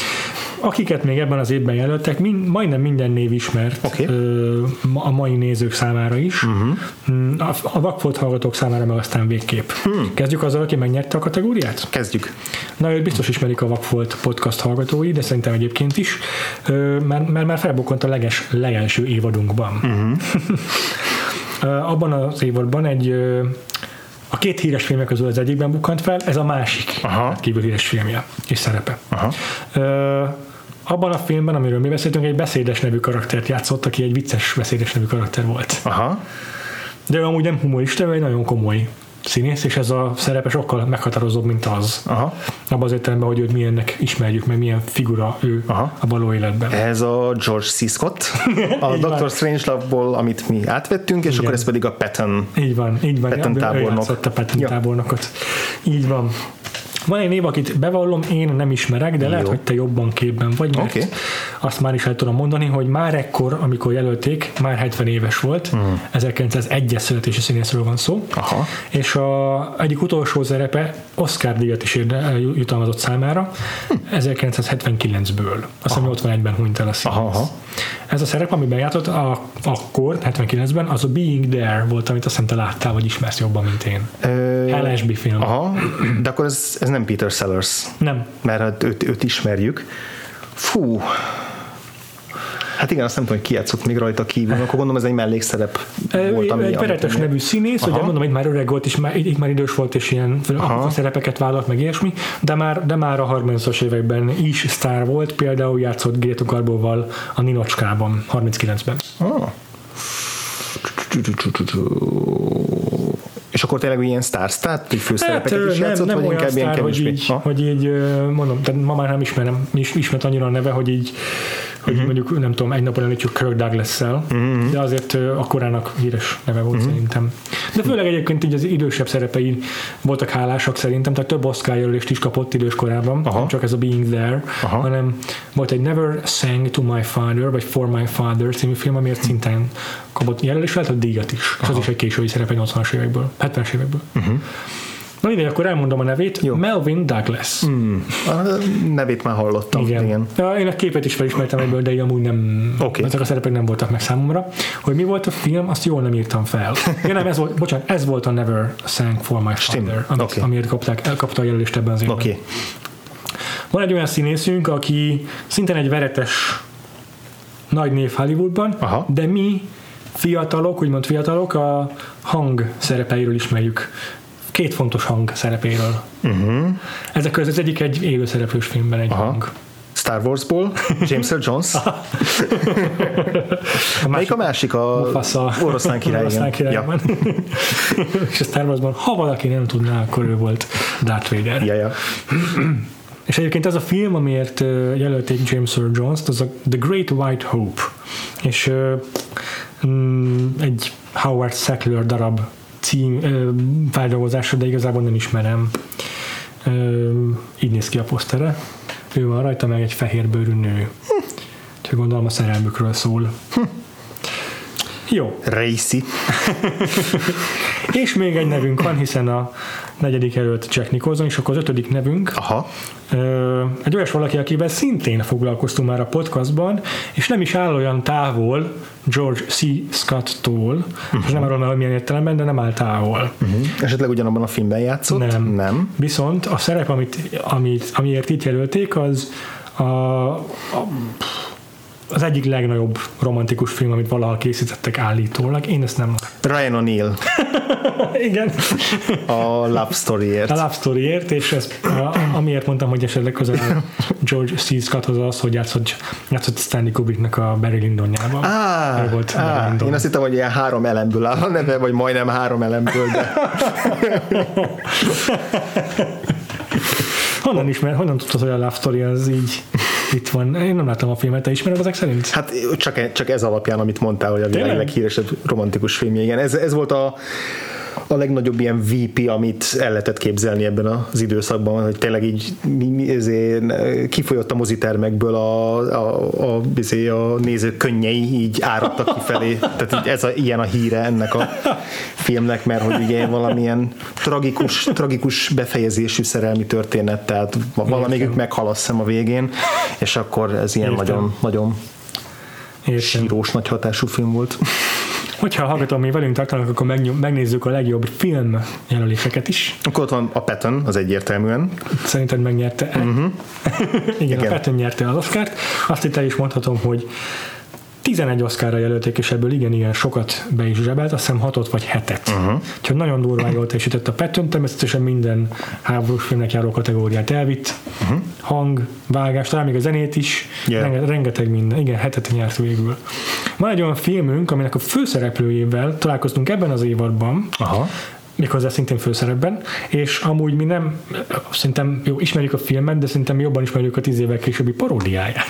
Akiket még ebben az évben jelöltek, mind, majdnem minden név ismert okay. ö, a mai nézők számára is. Uh-huh. A, a Vakfolt hallgatók számára meg aztán végképp. Hmm. Kezdjük azzal, aki megnyerte a kategóriát? Kezdjük. Na, őt biztos ismerik a Vakfolt podcast hallgatói, de szerintem egyébként is, ö, mert, mert már felbukkant a leges, legelső évadunkban. Uh-huh. Abban az évadban egy ö, A két híres filmek közül az egyikben bukkant fel, ez a másik kívül híres filmje és szerepe. Aha. Ö, abban a filmben, amiről mi beszéltünk, egy beszédes nevű karaktert játszott, aki egy vicces beszédes nevű karakter volt. Aha. De ő amúgy nem humorista, ő egy nagyon komoly színész, és ez a szerepe sokkal meghatározóbb, mint az. Aha. Abban az értelemben, hogy őt milyennek ismerjük, meg milyen figura ő Aha. a való életben. Ez a George C. Scott, a doktor Strangelove-ból, amit mi átvettünk, és Igen. akkor ez pedig a Patton. Így van, így van. Patton tábornok. A Patton ja. tábornokot. Így van. Van egy név, akit bevallom, én nem ismerek, de Jó. lehet, hogy te jobban képben vagy, mert okay. azt már is el tudom mondani, hogy már ekkor, amikor jelölték, már hetven éves volt, mm. ezerkilencszázegyes születési színészről van szó, Aha. és a egyik utolsó szerepe Oscar-díjat is jutalmazott számára, hm. ezerkilencszázhetvenkilencből. Azt hiszem nyolcvanegyben hunyt el a színész. Aha. Ez a szerep, amiben játszott a, akkor, hetvenkilencben, az a Being There volt, amit azt hiszem te láttál, vagy ismersz jobban, mint én. Ö... Hal Ashby film. Aha, de akkor ez, ez nem Peter Sellers. Nem. Mert őt, őt ismerjük. Fú. Hát igen, azt nem tudom, hogy ki játszott még rajta kívül, akkor gondolom ez egy mellékszerep volt. Ami, egy veretes nevű színész, Aha. ugye mondom, hogy már öreg volt, és már, itt már idős volt, és ilyen szerepeket vállalt, meg ilyesmi, de már, de már a harmincas években is sztár volt, például játszott Greta Garbo-val a Ninocskában, harminckilencben. Ah. És akkor tényleg ilyen sztár-sztár, főszerepeket hát, is játszott, nem, vagy nem inkább ilyen kevésbé? Hogy így, hogy így mondom, tehát ma már nem ismerem, ismert annyira a neve, hogy így hogy uh-huh. mondjuk, nem tudom, egy napon említjük Kirk Douglas-szel, uh-huh. de azért a korának híres neve volt uh-huh. szerintem. De főleg egyébként így az idősebb szerepei voltak hálásak szerintem, tehát több Oscar jelölést is kapott idős korában, Aha. nem csak ez a Being There, Aha. hanem volt egy Never Sang to My Father, vagy For My Father című film, amiért szintén kapott jelölést, lehet a díjat is. És az is egy késői szerepe nyolcvanas évekből, hetvenes évekből. Uh-huh. Na mindegy, akkor elmondom a nevét. Jó. Melvin Douglas. Mm. A nevét már hallottam. Igen. Igen. Ja, én a képet is felismertem egyből, de amúgy nem, okay. ezek a szerepek nem voltak meg számomra. Hogy mi volt a film, azt jól nem írtam fel. Ja, nem, ez volt, bocsánat, ez volt a Never Sang for My Father, amit, okay. amiért kapták, elkapta a jelölést ebben az évben. Okay. Van egy olyan színészünk, aki szintén egy veretes nagy név Hollywoodban, Aha. de mi fiatalok, úgymond fiatalok, a hang szerepeiről ismerjük. Két fontos hang szerepéről. Uh-huh. Ezek között az egyik egy élőszereplős filmben egy Aha. hang. Star Warsból, James Earl Jones. a Melyik a másik? A Mufasa. Oroszlán király. Oroszlán királyban. Ja. És a Star Warsban, ha valaki nem tudná, akkor ő volt Darth Vader. Ja, ja. És egyébként ez a film, amiért jelölték James Earl Jones-t, az a The Great White Hope. És um, egy Howard Sackler darab cím feldolgozása, de igazából nem ismerem. Ö, így néz ki a posztere. Ő van rajta, meg egy fehérbőrű nő. Hm. Úgyhogy gondolom a szerelmükről szól. Hm. Jó. Racy. És még egy nevünk van, hiszen a negyedik előtt Jack Nicholson, és akkor az ötödik nevünk. Aha. Ö, egy olyas valaki, akivel szintén foglalkoztunk már a podcastban, és nem is áll olyan távol George C. Scott-tól, uh-huh. és nem arról, hogy milyen értelemben, de nem áll távol. Uh-huh. Esetleg ugyanabban a filmben játszott? Nem. nem. Viszont a szerep, amit, amit, amiért itt jelölték, az a, a, az egyik legnagyobb romantikus film, amit valaha készítettek állítólag. Én ezt nem... Ryan O'Neal. Igen. A Love Storyért. A Love Storyért, és ez, amiért mondtam, hogy esetleg közel George C. Scotthoz az, hogy játszott, játszott Stanley Kubricknak a Barry Lyndonjában. Ah, volt ah, Lyndon. Én azt hittem, hogy ilyen három elemből áll a neve, vagy majdnem három elemből, de... honnan ismer, honnan tudtad, hogy a Love Story az így itt van? Én nem láttam a filmet, te ismered ezek szerint? Hát csak, csak ez alapján, amit mondtál, hogy a világ leghíresebb romantikus filmje. Igen, ez, ez volt a a legnagyobb ilyen vé pé, amit el lehetett képzelni ebben az időszakban, hogy tényleg így kifolyott a mozitermekből a, a, a, a nézők könnyei, így áradtak kifelé. Tehát ez a, ilyen a híre ennek a filmnek, mert hogy ugye valamilyen tragikus, tragikus befejezésű szerelmi történet, tehát valamelyikük meghal, azt hiszem, a végén, és akkor ez ilyen Értem. nagyon, nagyon Értem. sírós, nagy hatású film volt. Hogyha hallgatom, mi velünk tartanak, akkor megnézzük a legjobb film jelöléseket is. Akkor ott van a Patton, az egyértelműen. Szerinted megnyerte? Uh-huh. Igen, Igen, a Patton nyerte az Oscart. Azt itt el is mondhatom, hogy tizenegy Oscarra jelölték, és ebből igen-igen sokat be is zsebelt, azt hiszem hatot vagy hetet. Uh-huh. Úgyhogy nagyon durván jól teljesített a Patton, természetesen minden háborús filmnek járó kategóriát elvitt. Uh-huh. Hang, vágás, talán még a zenét is, yeah. Renge, rengeteg minden. Igen, hetet nyert végül. Van egy olyan filmünk, aminek a főszereplőjével találkoztunk ebben az évadban, aha. méghozzá szintén főszerepben, és amúgy mi nem, szerintem jó, ismerjük a filmet, de szerintem jobban ismerjük a tíz évvel későbbi paródiáját.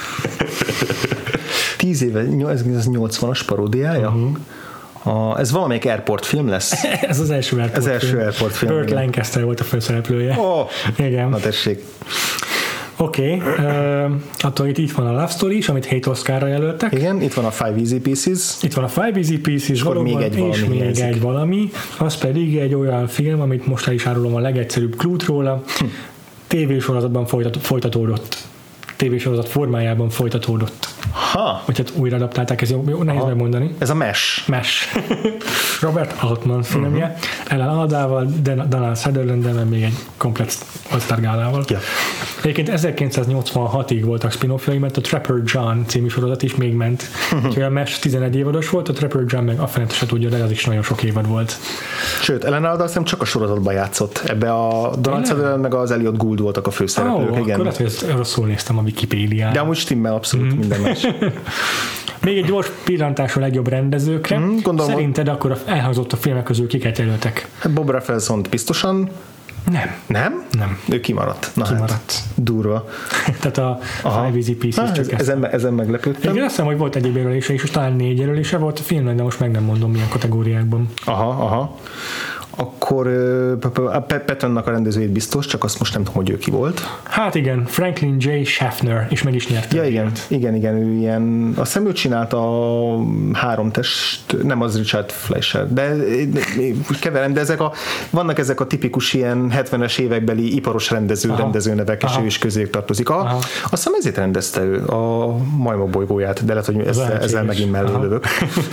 Tíz éve, ez nyolcvanas paródiája? Uh-huh. A, ez valamelyik Airport film lesz? Ez az első Airport ez film. első Airport film. Burt Lancaster volt a főszereplője. Oh, igen. Na tessék. Oké, okay. uh, attól itt, itt van a Love Story is, amit hét Oscarra jelöltek. Igen, itt van a Five Easy Pieces. Itt van a Five Easy Pieces, valóban, még egy valami és még jelzik. egy valami. Az pedig egy olyan film, amit most el is árulom a legegyszerűbb klút róla. Hm. tévésorozatban folytat, folytatódott. tévésorozat formájában folytatódott. Ha. Vagy hát újra adaptálták, ez jó, jó nehéz ha. megmondani. Ez a Mesh. Mesh. Robert Altman filmje. Uh-huh. Ellen Aldával, Donald Sutherlanddel, meg még egy komplet All-Star-gálával. Yeah. Egyébként ezerkilencszáznyolcvanhatig voltak spin-offjai, mert a Trapper John című sorozat is még ment. Uh-huh. Úgyhogy a Mesh tizenegy évados volt, a Trapper John meg a fenete se tudja, de az is nagyon sok évad volt. Sőt, Ellen Aldal azt csak a sorozatban játszott. Ebbe a Donald Sutherland meg az Elliot Gould voltak a főszereplők. Oh, igen. Akkor lehet, hogy ezt rosszul néztem a Wikipédián. De amúgy stimmel abszolút mm. minden más. Még egy gyors pillantás a legjobb rendezőkre. Mm, gondolom, szerinted akkor elhangzott a filmek közül kiket jelöltek? Bob Rafelson biztosan. Nem. Nem? Nem. Ő kimaradt. Na kimaradt. Hát, durva. Tehát a Aha. Five Easy Pieces ha, csak ez, ezen, ezen meglepődtem. Igen, azt hiszem, hogy volt egyéb jelölése is, és talán négy jelölése volt a filmnek, de most meg nem mondom milyen kategóriákban. Aha, aha. Akkor Pattonnak a rendezőjét biztos, csak azt most nem tudom, hogy ő ki volt. Hát igen, Franklin J. Schaffner, és meg is nyerte. Ja, igen, igen, igen, ő ilyen, azt hiszem ő csinálta a Három test, nem az Richard Fleischer, de keverem, de ezek a, vannak ezek a tipikus ilyen hetvenes évekbeli iparos rendező, aha. rendezőnevek, és aha. ő is közé tartozik. A, azt hiszem ezért rendezte ő a Majmok bolygóját, de lehet, hogy ezzel, ezzel megint mellőlövök.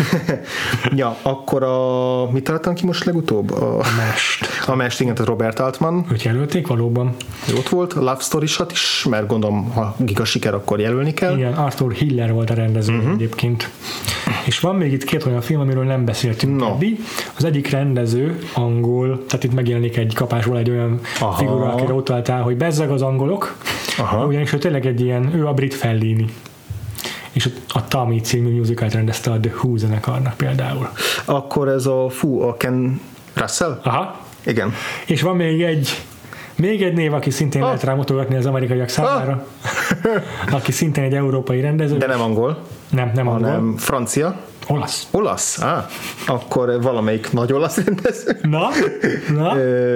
Ja, akkor a, mit találtam ki most legutóbb? A, a Mest. A Mest, igen, tehát Robert Altman. Őt jelölték valóban. Ott volt, Love Story-sat is, mert gondolom, ha giga siker, akkor jelölni kell. Igen, Arthur Hiller volt a rendező uh-huh. egyébként. És van még itt két olyan film, amiről nem beszéltünk no. eddig. Az egyik rendező, angol, tehát itt megjelenik egy kapásból egy olyan aha. figura, akire utaltál, hogy bezzeg az angolok, aha. ugyanis ő tényleg egy ilyen, ő a brit Fellini. És a Tommy című musicalt rendezte a The Who zenekarnak például. Akkor ez a fú, a Ken Russell? Aha. Igen. És van még egy még egy név, aki szintén oh. lehet rámutogatni az amerikaiak számára, oh. aki szintén egy európai rendező. De nem angol. Nem, nem angol. Hanem francia. Olasz. Olasz? Ah, akkor valamelyik nagy olasz rendező. Na? Na?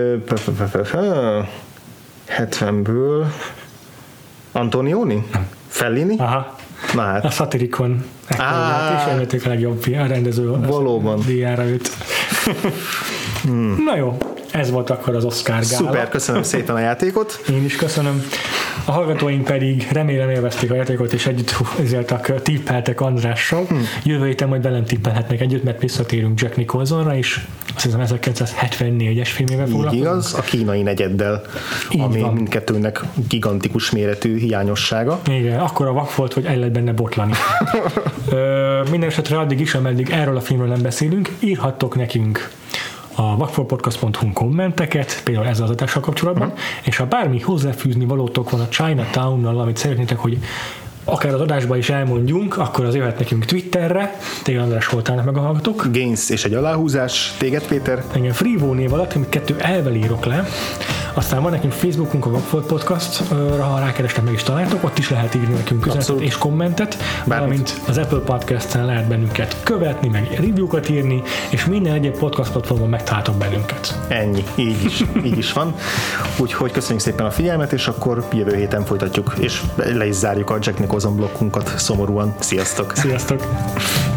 hetvenből Antonioni? Fellini? Aha. Na hát. A Satyricon ekkor és elvették a legjobb rendező valóban díjára őt. hmm. Na jó, ez volt akkor az Oscar gála. Szuper, köszönöm szépen a játékot. Én is köszönöm. A hallgatóink pedig remélem élvezték a játékot, és együtt ezért tippeltek Andrással. Hmm. Jövő héten majd velem tippelhetnek együtt, mert visszatérünk Jack Nicholsonra is. Azt hiszem ezerkilencszázhetvennégyes filmével foglalkozunk. Igaz, a kínai negyeddel, így ami van. Mindkettőnek gigantikus méretű hiányossága. Igen, akkor a vak volt, hogy el lehet benne botlani. Ö, minden esetre addig is, ameddig erről a filmről nem beszélünk, írhattok nekünk a vakfoltpodcast pont hu kommenteket, például ezzel az adással kapcsolatban, uh-huh. és ha bármi hozzáfűzni valótok van a Chinatownnal, amit szeretnétek, hogy akár az adásban is elmondjunk, akkor az jöhet nekünk Twitterre, téged András Holtának meg a hallgatók. Gains és egy aláhúzás, téged Péter. Igen, Freevo név alatt, amit kettő elvel írok le. Aztán van nekünk Facebookunk, a Vakfolt Podcast-ra, ha rákerestek, meg is találtok, ott is lehet írni nekünk üzenetet és kommentet, valamint az Apple Podcast-en lehet bennünket követni, meg review-kat írni, és minden egyéb podcast platformon megtaláltok bennünket. Ennyi, így is, így is van. Úgyhogy köszönjük szépen a figyelmet, és akkor jövő héten folytatjuk, és le is zárjuk a Jack Nicholson blokkunkat szomorúan. Sziasztok! Sziasztok!